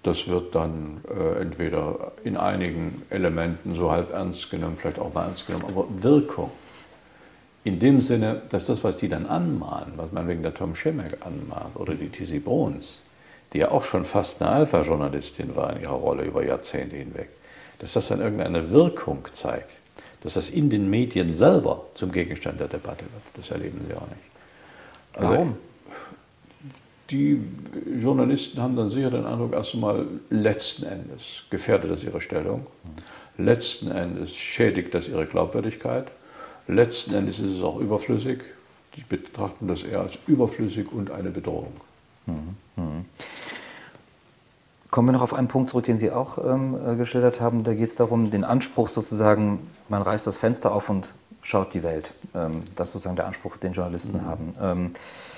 das wird dann äh, entweder in einigen Elementen so halb ernst genommen, vielleicht auch mal ernst genommen, aber Wirkung. In dem Sinne, dass das, was die dann anmahnen, was man wegen der Tom Schemek anmahnt oder die Tizzy Bruns, die ja auch schon fast eine Alpha-Journalistin war in ihrer Rolle über Jahrzehnte hinweg, dass das dann irgendeine Wirkung zeigt, dass das in den Medien selber zum Gegenstand der Debatte wird. Das erleben sie auch nicht. Also, warum? Die Journalisten haben dann sicher den Eindruck, erst einmal letzten Endes gefährdet das ihre Stellung, letzten Endes schädigt das ihre Glaubwürdigkeit, letzten Endes ist es auch überflüssig. Die betrachten das eher als überflüssig und eine Bedrohung. Mhm. Kommen wir noch auf einen Punkt zurück, den Sie auch ähm, geschildert haben. Da geht es darum, den Anspruch sozusagen, man reißt das Fenster auf und schaut die Welt. Ähm, das ist sozusagen der Anspruch, den Journalisten mhm. haben. Ähm,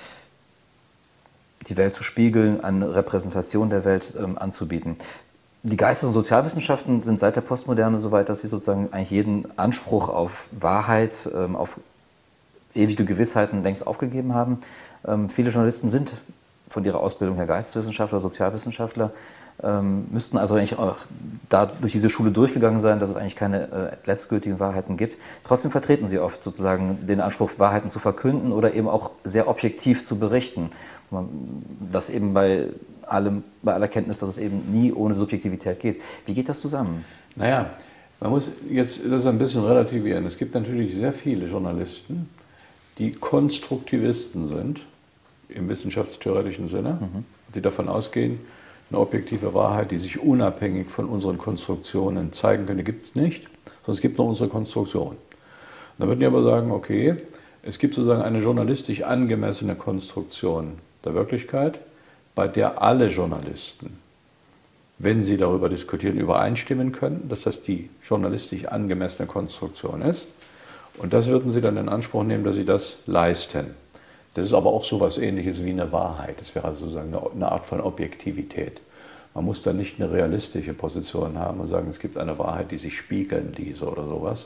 die Welt zu spiegeln, eine Repräsentation der Welt ähm, anzubieten. Die Geistes- und Sozialwissenschaften sind seit der Postmoderne so weit, dass sie sozusagen eigentlich jeden Anspruch auf Wahrheit, ähm, auf ewige Gewissheiten längst aufgegeben haben. Ähm, viele Journalisten sind von ihrer Ausbildung her Geisteswissenschaftler, Sozialwissenschaftler, ähm, müssten also eigentlich auch da durch diese Schule durchgegangen sein, dass es eigentlich keine äh, letztgültigen Wahrheiten gibt. Trotzdem vertreten sie oft sozusagen den Anspruch, Wahrheiten zu verkünden oder eben auch sehr objektiv zu berichten. Das eben bei allem, bei aller Kenntnis, dass es eben nie ohne Subjektivität geht. Wie geht das zusammen? Naja, man muss jetzt das ein bisschen relativieren. Es gibt natürlich sehr viele Journalisten, die Konstruktivisten sind, im wissenschaftstheoretischen Sinne, mhm. die davon ausgehen, eine objektive Wahrheit, die sich unabhängig von unseren Konstruktionen zeigen könnte, gibt es nicht, sondern es gibt nur unsere Konstruktion. Und dann würden die aber sagen, okay, es gibt sozusagen eine journalistisch angemessene Konstruktion der Wirklichkeit, bei der alle Journalisten, wenn sie darüber diskutieren, übereinstimmen können, dass das die journalistisch angemessene Konstruktion ist. Und das würden sie dann in Anspruch nehmen, dass sie das leisten. Das ist aber auch so etwas Ähnliches wie eine Wahrheit. Das wäre also sozusagen eine Art von Objektivität. Man muss dann nicht eine realistische Position haben und sagen, es gibt eine Wahrheit, die sich spiegeln ließe oder sowas.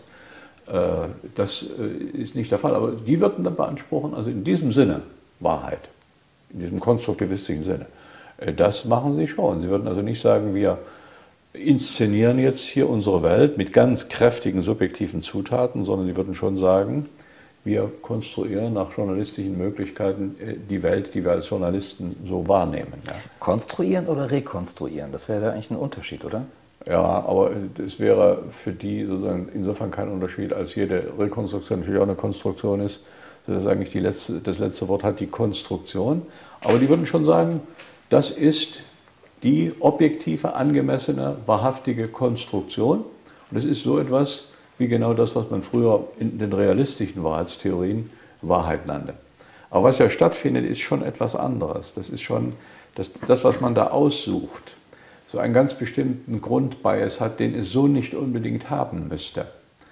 Das ist nicht der Fall. Aber die würden dann beanspruchen, also in diesem Sinne Wahrheit, in diesem konstruktivistischen Sinne. Das machen sie schon. Sie würden also nicht sagen, wir inszenieren jetzt hier unsere Welt mit ganz kräftigen subjektiven Zutaten, sondern sie würden schon sagen, wir konstruieren nach journalistischen Möglichkeiten die Welt, die wir als Journalisten so wahrnehmen. Ja. Konstruieren oder rekonstruieren? Das wäre da eigentlich ein Unterschied, oder? Ja, aber es wäre für die sozusagen insofern kein Unterschied, als jede Rekonstruktion natürlich auch eine Konstruktion ist. Das ist eigentlich die letzte, das letzte Wort hat die Konstruktion. Aber die würden schon sagen, das ist die objektive, angemessene, wahrhaftige Konstruktion. Und es ist so etwas wie genau das, was man früher in den realistischen Wahrheitstheorien Wahrheit nannte. Aber was ja stattfindet, ist schon etwas anderes. Das ist schon das, das was man da aussucht, so einen ganz bestimmten Grundbias hat, den es so nicht unbedingt haben müsste.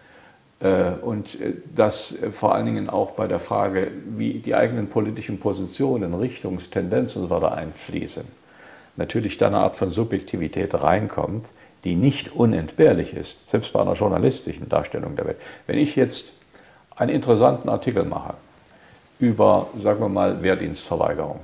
Und das vor allen Dingen auch bei der Frage, wie die eigenen politischen Positionen, Richtungstendenzen und so weiter einfließen, natürlich da eine Art von Subjektivität reinkommt, die nicht unentbehrlich ist, selbst bei einer journalistischen Darstellung der Welt. Wenn ich jetzt einen interessanten Artikel mache über, sagen wir mal, Wehrdienstverweigerung,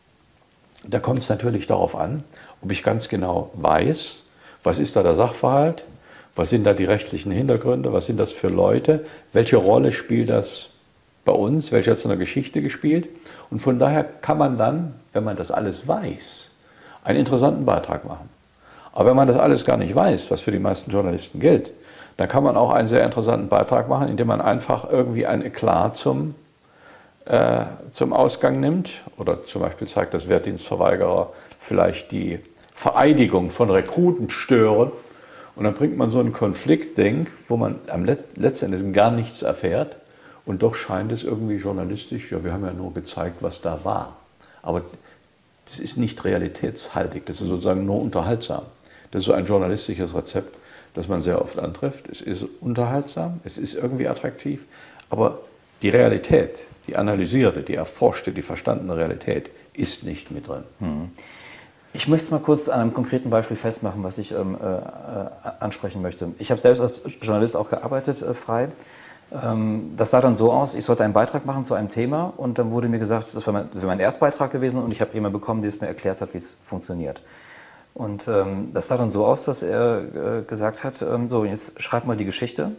da kommt es natürlich darauf an, ob ich ganz genau weiß, was ist da der Sachverhalt, was sind da die rechtlichen Hintergründe, was sind das für Leute, welche Rolle spielt das bei uns, welche hat es in der Geschichte gespielt. Und von daher kann man dann, wenn man das alles weiß, einen interessanten Beitrag machen. Aber wenn man das alles gar nicht weiß, was für die meisten Journalisten gilt, dann kann man auch einen sehr interessanten Beitrag machen, indem man einfach irgendwie ein Eklat zum, äh, zum Ausgang nimmt. Oder zum Beispiel zeigt, dass Wehrdienstverweigerer vielleicht die Vereidigung von Rekruten stören. Und dann bringt man so einen Konfliktdenk, wo man am Let letztendlich gar nichts erfährt. Und doch scheint es irgendwie journalistisch, ja, wir haben ja nur gezeigt, was da war. Aber das ist nicht realitätshaltig, das ist sozusagen nur unterhaltsam. Das ist so ein journalistisches Rezept, das man sehr oft antrifft. Es ist unterhaltsam, es ist irgendwie attraktiv, aber die Realität, die analysierte, die erforschte, die verstandene Realität ist nicht mit drin. Hm. Ich möchte es mal kurz an einem konkreten Beispiel festmachen, was ich ähm, äh, ansprechen möchte. Ich habe selbst als Journalist auch gearbeitet, äh, frei. Ähm, das sah dann so aus, ich sollte einen Beitrag machen zu einem Thema und dann wurde mir gesagt, das war mein, das war mein Erstbeitrag gewesen und ich habe jemanden bekommen, der es mir erklärt hat, wie es funktioniert. Und ähm, das sah dann so aus, dass er äh, gesagt hat, ähm, so jetzt schreib mal die Geschichte.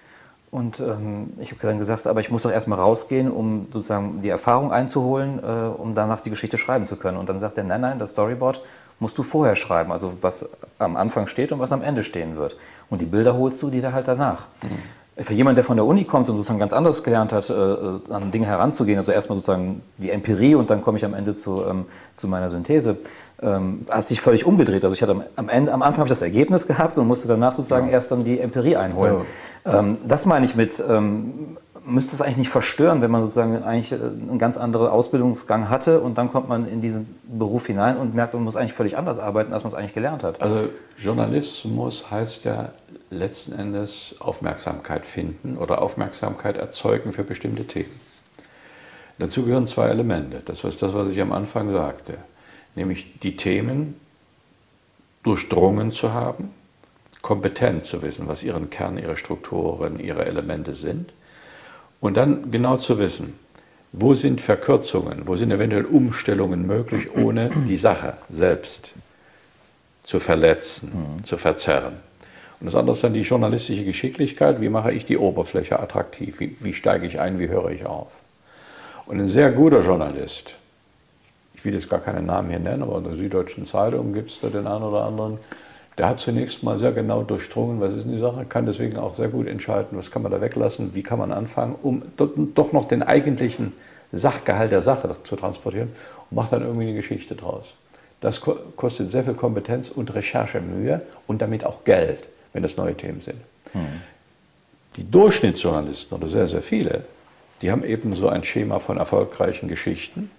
Und ähm, ich habe dann gesagt, aber ich muss doch erstmal rausgehen, um sozusagen die Erfahrung einzuholen, äh, um danach die Geschichte schreiben zu können. Und dann sagt er, nein, nein, das Storyboard musst du vorher schreiben, also was am Anfang steht und was am Ende stehen wird. Und die Bilder holst du dir halt danach. Mhm. Für jemanden, der von der Uni kommt und sozusagen ganz anders gelernt hat, äh, an Dinge heranzugehen, also erstmal sozusagen die Empirie und dann komme ich am Ende zu, ähm, zu meiner Synthese, ähm, hat sich völlig umgedreht. Also ich hatte am, am Ende, am Anfang habe ich das Ergebnis gehabt und musste danach sozusagen ja. erst dann die Empirie einholen. Ja. Ähm, das meine ich mit, ähm, müsste es eigentlich nicht verstören, wenn man sozusagen eigentlich einen ganz anderen Ausbildungsgang hatte und dann kommt man in diesen Beruf hinein und merkt, man muss eigentlich völlig anders arbeiten, als man es eigentlich gelernt hat. Also Journalismus heißt ja letzten Endes Aufmerksamkeit finden oder Aufmerksamkeit erzeugen für bestimmte Themen. Dazu gehören zwei Elemente. Das ist das, was ich am Anfang sagte. Nämlich die Themen durchdrungen zu haben, kompetent zu wissen, was ihren Kern, ihre Strukturen, ihre Elemente sind. Und dann genau zu wissen, wo sind Verkürzungen, wo sind eventuell Umstellungen möglich, ohne die Sache selbst zu verletzen, mhm. zu verzerren. Und das andere ist dann die journalistische Geschicklichkeit, wie mache ich die Oberfläche attraktiv, wie, wie steige ich ein, wie höre ich auf. Und ein sehr guter Journalist, ich will jetzt gar keinen Namen hier nennen, aber in der Süddeutschen Zeitung gibt es da den einen oder anderen, der hat zunächst mal sehr genau durchdrungen, was ist denn die Sache, kann deswegen auch sehr gut entscheiden, was kann man da weglassen, wie kann man anfangen, um doch noch den eigentlichen Sachgehalt der Sache zu transportieren und macht dann irgendwie eine Geschichte draus. Das kostet sehr viel Kompetenz und Recherchemühe und damit auch Geld, wenn das neue Themen sind. Mhm. Die Durchschnittsjournalisten, oder sehr, sehr viele, die haben eben so ein Schema von erfolgreichen Geschichten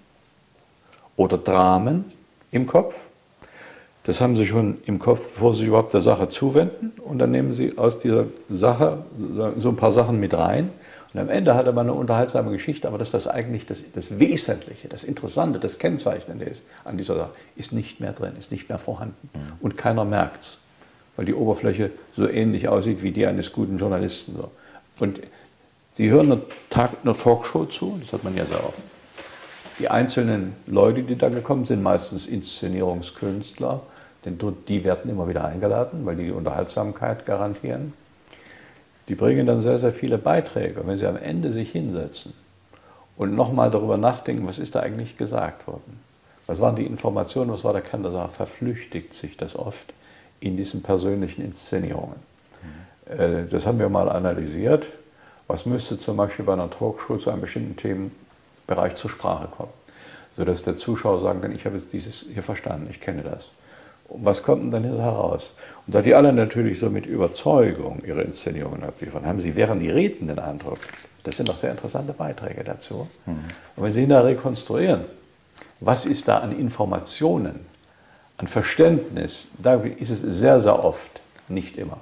oder Dramen im Kopf. Das haben sie schon im Kopf, bevor sie sich überhaupt der Sache zuwenden. Und dann nehmen sie aus dieser Sache so ein paar Sachen mit rein. Und am Ende hat er mal eine unterhaltsame Geschichte, aber das, was eigentlich das, das Wesentliche, das Interessante, das Kennzeichnende ist an dieser Sache, ist nicht mehr drin, ist nicht mehr vorhanden. Mhm. Und keiner merkt es, weil die Oberfläche so ähnlich aussieht wie die eines guten Journalisten. Und Sie hören einer, Tag, einer Talkshow zu, das hat man ja sehr oft. Die einzelnen Leute, die da gekommen sind, meistens Inszenierungskünstler, denn die werden immer wieder eingeladen, weil die die Unterhaltsamkeit garantieren. Die bringen dann sehr, sehr viele Beiträge. Und wenn sie am Ende sich hinsetzen und nochmal darüber nachdenken, was ist da eigentlich gesagt worden? Was waren die Informationen, was war der Kern der Sache? Verflüchtigt sich das oft in diesen persönlichen Inszenierungen. Mhm. Das haben wir mal analysiert. Was müsste zum Beispiel bei einer Talkshow zu einem bestimmten Themenbereich zur Sprache kommen, sodass der Zuschauer sagen kann, ich habe jetzt dieses hier verstanden, ich kenne das. Und was kommt denn dann hinterher heraus? Und da die alle natürlich so mit Überzeugung ihre Inszenierungen abliefern, haben sie während die Reden den Eindruck, das sind doch sehr interessante Beiträge dazu. Mhm. Und wenn sie da rekonstruieren, was ist da an Informationen, an Verständnis, da ist es sehr, sehr oft, nicht immer.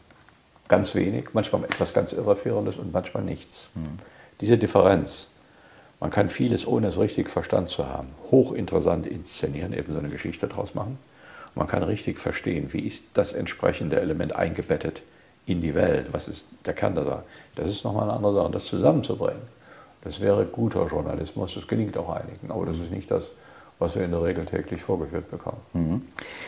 Ganz wenig, manchmal etwas ganz Irreführendes und manchmal nichts. Mhm. Diese Differenz, man kann vieles, ohne es richtig verstanden zu haben, hochinteressant inszenieren, eben so eine Geschichte draus machen. Man kann richtig verstehen, wie ist das entsprechende Element eingebettet in die Welt, was ist der Kern der Sache. Das ist nochmal eine andere Sache, das zusammenzubringen. Das wäre guter Journalismus, das gelingt auch einigen, aber das ist nicht das, was wir in der Regel täglich vorgeführt bekommen. Mhm.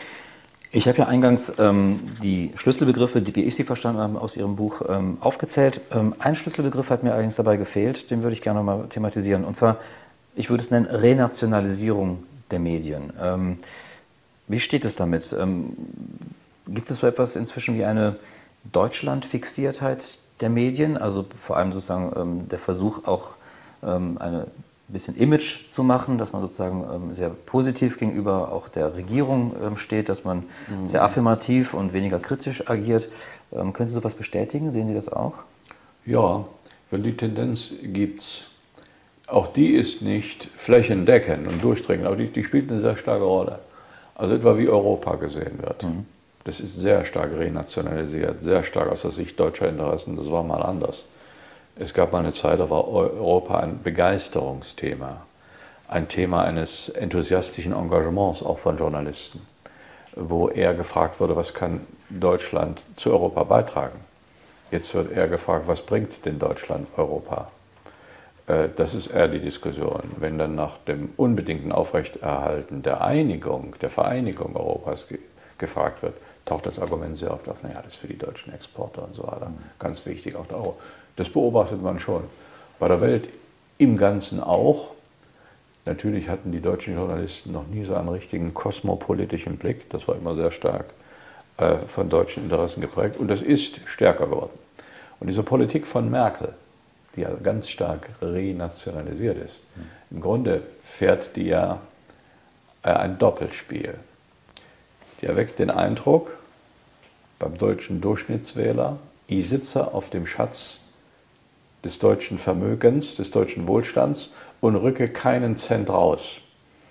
Ich habe ja eingangs ähm, die Schlüsselbegriffe, die, wie ich sie verstanden habe, aus Ihrem Buch ähm, aufgezählt. Ähm, ein Schlüsselbegriff hat mir allerdings dabei gefehlt, den würde ich gerne mal thematisieren. Und zwar, ich würde es nennen, Renationalisierung der Medien. Ähm, wie steht es damit? Ähm, gibt es so etwas inzwischen wie eine Deutschlandfixiertheit der Medien? Also vor allem sozusagen ähm, der Versuch auch ähm, eine ein bisschen Image zu machen, dass man sozusagen ähm, sehr positiv gegenüber auch der Regierung ähm, steht, dass man mhm. sehr affirmativ und weniger kritisch agiert. Ähm, können Sie sowas bestätigen? Sehen Sie das auch? Ja, weil die Tendenz gibt es. Auch die ist nicht flächendeckend und durchdringend, aber die, die spielt eine sehr starke Rolle. Also etwa wie Europa gesehen wird. Mhm. Das ist sehr stark renationalisiert, sehr stark aus der Sicht deutscher Interessen. Das war mal anders. Es gab mal eine Zeit, da war Europa ein Begeisterungsthema, ein Thema eines enthusiastischen Engagements auch von Journalisten, wo eher gefragt wurde, was kann Deutschland zu Europa beitragen. Jetzt wird eher gefragt, was bringt denn Deutschland Europa? Das ist eher die Diskussion. Wenn dann nach dem unbedingten Aufrechterhalten der Einigung, der Vereinigung Europas gefragt wird, taucht das Argument sehr oft auf, naja, das ist für die deutschen Exporter und so weiter. Ganz wichtig, auch der Euro. Das beobachtet man schon. Bei der Welt im Ganzen auch. Natürlich hatten die deutschen Journalisten noch nie so einen richtigen kosmopolitischen Blick. Das war immer sehr stark äh, von deutschen Interessen geprägt. Und das ist stärker geworden. Und diese Politik von Merkel, die ja ganz stark renationalisiert ist, im Grunde fährt die ja äh, ein Doppelspiel. Die erweckt den Eindruck beim deutschen Durchschnittswähler, ich sitze auf dem Schatz des deutschen Vermögens, des deutschen Wohlstands und rücke keinen Cent raus.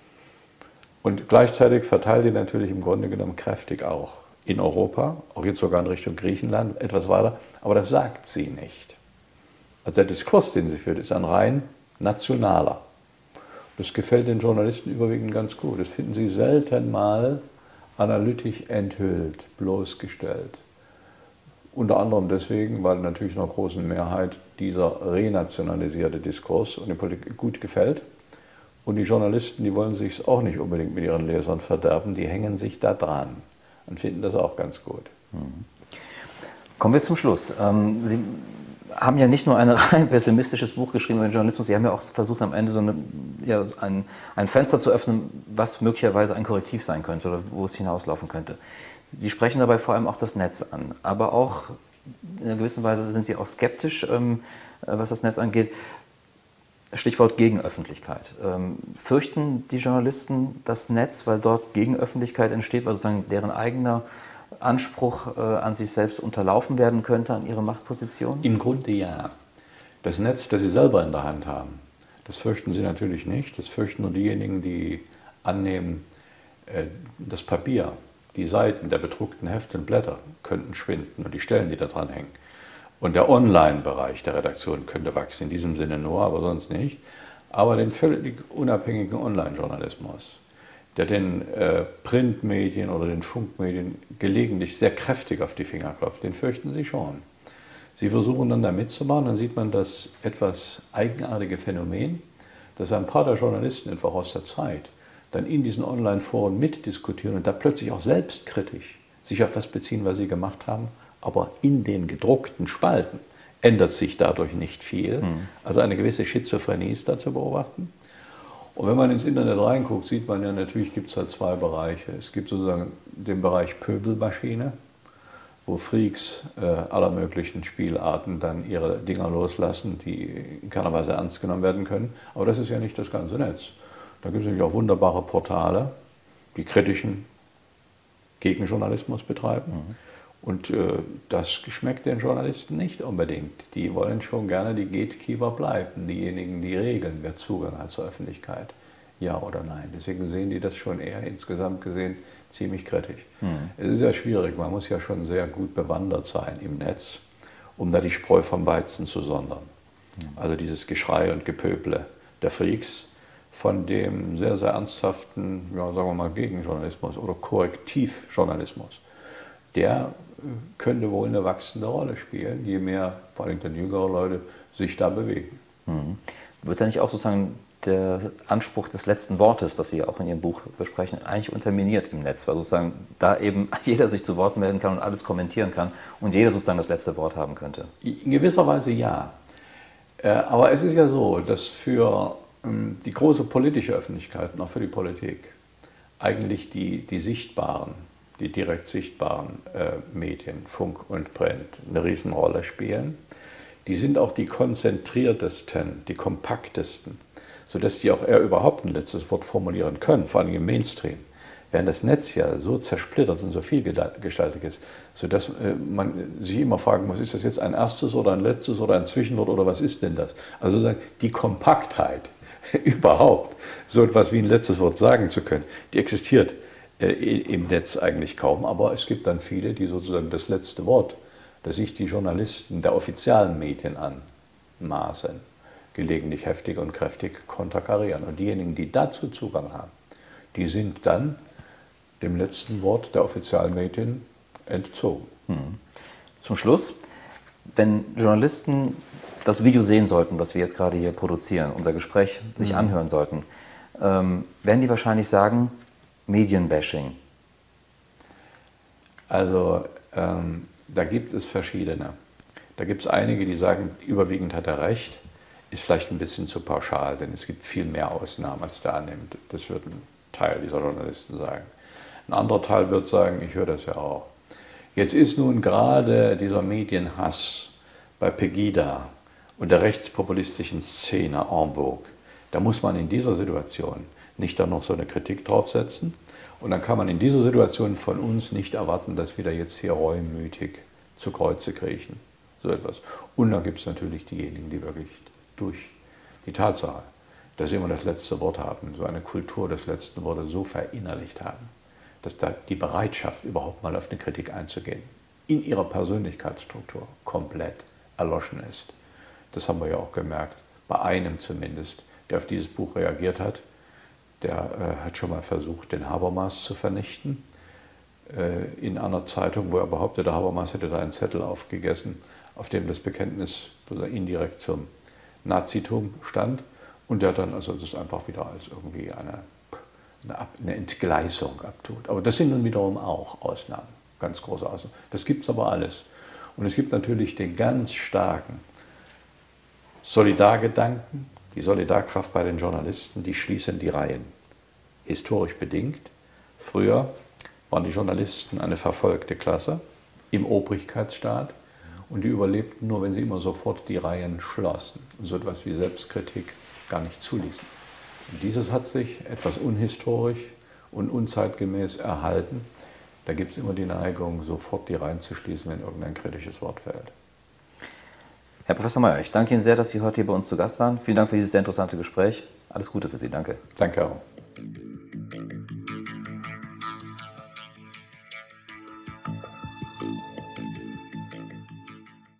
Und gleichzeitig verteilt die natürlich im Grunde genommen kräftig auch in Europa, auch jetzt sogar in Richtung Griechenland, etwas weiter, aber das sagt sie nicht. Also der Diskurs, den sie führt, ist ein rein nationaler. Das gefällt den Journalisten überwiegend ganz gut. Das finden sie selten mal analytisch enthüllt, bloßgestellt. Unter anderem deswegen, weil natürlich einer großen Mehrheit dieser renationalisierte Diskurs und die Politik gut gefällt. Und die Journalisten, die wollen sich es auch nicht unbedingt mit ihren Lesern verderben, die hängen sich da dran und finden das auch ganz gut. Kommen wir zum Schluss. Sie haben ja nicht nur ein rein pessimistisches Buch geschrieben über den Journalismus, Sie haben ja auch versucht, am Ende so eine, ja, ein, ein Fenster zu öffnen, was möglicherweise ein Korrektiv sein könnte oder wo es hinauslaufen könnte. Sie sprechen dabei vor allem auch das Netz an, aber auch in einer gewissen Weise sind Sie auch skeptisch, ähm, was das Netz angeht. Stichwort Gegenöffentlichkeit. Ähm, fürchten die Journalisten das Netz, weil dort Gegenöffentlichkeit entsteht, weil sozusagen deren eigener Anspruch äh, an sich selbst unterlaufen werden könnte, an ihre Machtposition? Im Grunde ja. Das Netz, das Sie selber in der Hand haben, das fürchten Sie natürlich nicht. Das fürchten nur diejenigen, die annehmen, äh, das Papier, die Seiten der bedruckten Hefte und Blätter könnten schwinden und die Stellen, die da dran hängen. Und der Online-Bereich der Redaktion könnte wachsen, in diesem Sinne nur, aber sonst nicht. Aber den völlig unabhängigen Online-Journalismus, der den äh, Printmedien oder den Funkmedien gelegentlich sehr kräftig auf die Finger klopft, den fürchten sie schon. Sie versuchen dann da mitzumachen, dann sieht man das etwas eigenartige Phänomen, dass ein paar der Journalisten einfach aus der Zeit dann in diesen Online-Foren mitdiskutieren und da plötzlich auch selbstkritisch sich auf das beziehen, was sie gemacht haben, aber in den gedruckten Spalten ändert sich dadurch nicht viel. Mhm. Also eine gewisse Schizophrenie ist da zu beobachten. Und wenn man ins Internet reinguckt, sieht man ja, natürlich gibt es da zwei Bereiche. Es gibt sozusagen den Bereich Pöbelmaschine, wo Freaks äh, aller möglichen Spielarten dann ihre Dinger loslassen, die in keiner Weise ernst genommen werden können. Aber das ist ja nicht das ganze Netz. Da gibt es natürlich auch wunderbare Portale, die kritischen Gegenjournalismus betreiben. Mhm. Und äh, das schmeckt den Journalisten nicht unbedingt. Die wollen schon gerne die Gatekeeper bleiben, diejenigen, die regeln, wer Zugang hat zur Öffentlichkeit, ja oder nein. Deswegen sehen die das schon eher insgesamt gesehen ziemlich kritisch. Mhm. Es ist ja schwierig, man muss ja schon sehr gut bewandert sein im Netz, um da die Spreu vom Weizen zu sondern. Mhm. Also dieses Geschrei und Gepöble der Freaks von dem sehr, sehr ernsthaften, ja, sagen wir mal, Gegenjournalismus oder Korrektivjournalismus. Der könnte wohl eine wachsende Rolle spielen, je mehr, vor allem dann jüngere Leute, sich da bewegen. Mhm. Wird da nicht auch sozusagen der Anspruch des letzten Wortes, das Sie ja auch in Ihrem Buch besprechen, eigentlich unterminiert im Netz, weil sozusagen da eben jeder sich zu Wort melden kann und alles kommentieren kann und jeder sozusagen das letzte Wort haben könnte? In gewisser Weise ja. Aber es ist ja so, dass für die große politische Öffentlichkeit und auch für die Politik eigentlich die, die sichtbaren, die direkt sichtbaren äh, Medien, Funk und Print, eine Riesenrolle spielen. Die sind auch die konzentriertesten, die kompaktesten, sodass die auch eher überhaupt ein letztes Wort formulieren können, vor allem im Mainstream. Während das Netz ja so zersplittert und so vielgestaltig ist, sodass äh, man sich immer fragen muss, ist das jetzt ein erstes oder ein letztes oder ein Zwischenwort oder was ist denn das? Also sozusagen die Kompaktheit überhaupt, so etwas wie ein letztes Wort sagen zu können, die existiert äh, im Netz eigentlich kaum, aber es gibt dann viele, die sozusagen das letzte Wort, das sich die Journalisten der offiziellen Medien anmaßen, gelegentlich heftig und kräftig konterkarieren. Und diejenigen, die dazu Zugang haben, die sind dann dem letzten Wort der offiziellen Medien entzogen. Hm. Zum Schluss, wenn Journalisten das Video sehen sollten, was wir jetzt gerade hier produzieren, unser Gespräch sich mhm. anhören sollten, ähm, werden die wahrscheinlich sagen, Medienbashing. Also ähm, da gibt es verschiedene. Da gibt es einige, die sagen, überwiegend hat er recht, ist vielleicht ein bisschen zu pauschal, denn es gibt viel mehr Ausnahmen, als der annimmt. Das wird ein Teil dieser Journalisten sagen. Ein anderer Teil wird sagen, ich höre das ja auch. Jetzt ist nun gerade dieser Medienhass bei Pegida und der rechtspopulistischen Szene en vogue. Da muss man in dieser Situation nicht dann noch so eine Kritik draufsetzen. Und dann kann man in dieser Situation von uns nicht erwarten, dass wir da jetzt hier reumütig zu Kreuze kriechen. So etwas. Und dann gibt es natürlich diejenigen, die wirklich durch die Tatsache, dass sie immer das letzte Wort haben, so eine Kultur des letzten Wortes so verinnerlicht haben, dass da die Bereitschaft, überhaupt mal auf eine Kritik einzugehen, in ihrer Persönlichkeitsstruktur komplett erloschen ist. Das haben wir ja auch gemerkt, bei einem zumindest, der auf dieses Buch reagiert hat. Der äh, hat schon mal versucht, den Habermas zu vernichten. Äh, in einer Zeitung, wo er behauptet, der Habermas hätte da einen Zettel aufgegessen, auf dem das Bekenntnis indirekt zum Nazitum stand. Und der dann also das einfach wieder als irgendwie eine, eine, eine Entgleisung abtut. Aber das sind nun wiederum auch Ausnahmen, ganz große Ausnahmen. Das gibt es aber alles. Und es gibt natürlich den ganz starken Solidargedanken, die Solidarkraft bei den Journalisten, die schließen die Reihen. Historisch bedingt. Früher waren die Journalisten eine verfolgte Klasse im Obrigkeitsstaat und die überlebten nur, wenn sie immer sofort die Reihen schlossen und so etwas wie Selbstkritik gar nicht zuließen. Und dieses hat sich etwas unhistorisch und unzeitgemäß erhalten. Da gibt es immer die Neigung, sofort die Reihen zu schließen, wenn irgendein kritisches Wort fällt. Herr Professor Mayer, ich danke Ihnen sehr, dass Sie heute hier bei uns zu Gast waren. Vielen Dank für dieses sehr interessante Gespräch. Alles Gute für Sie. Danke. Danke auch.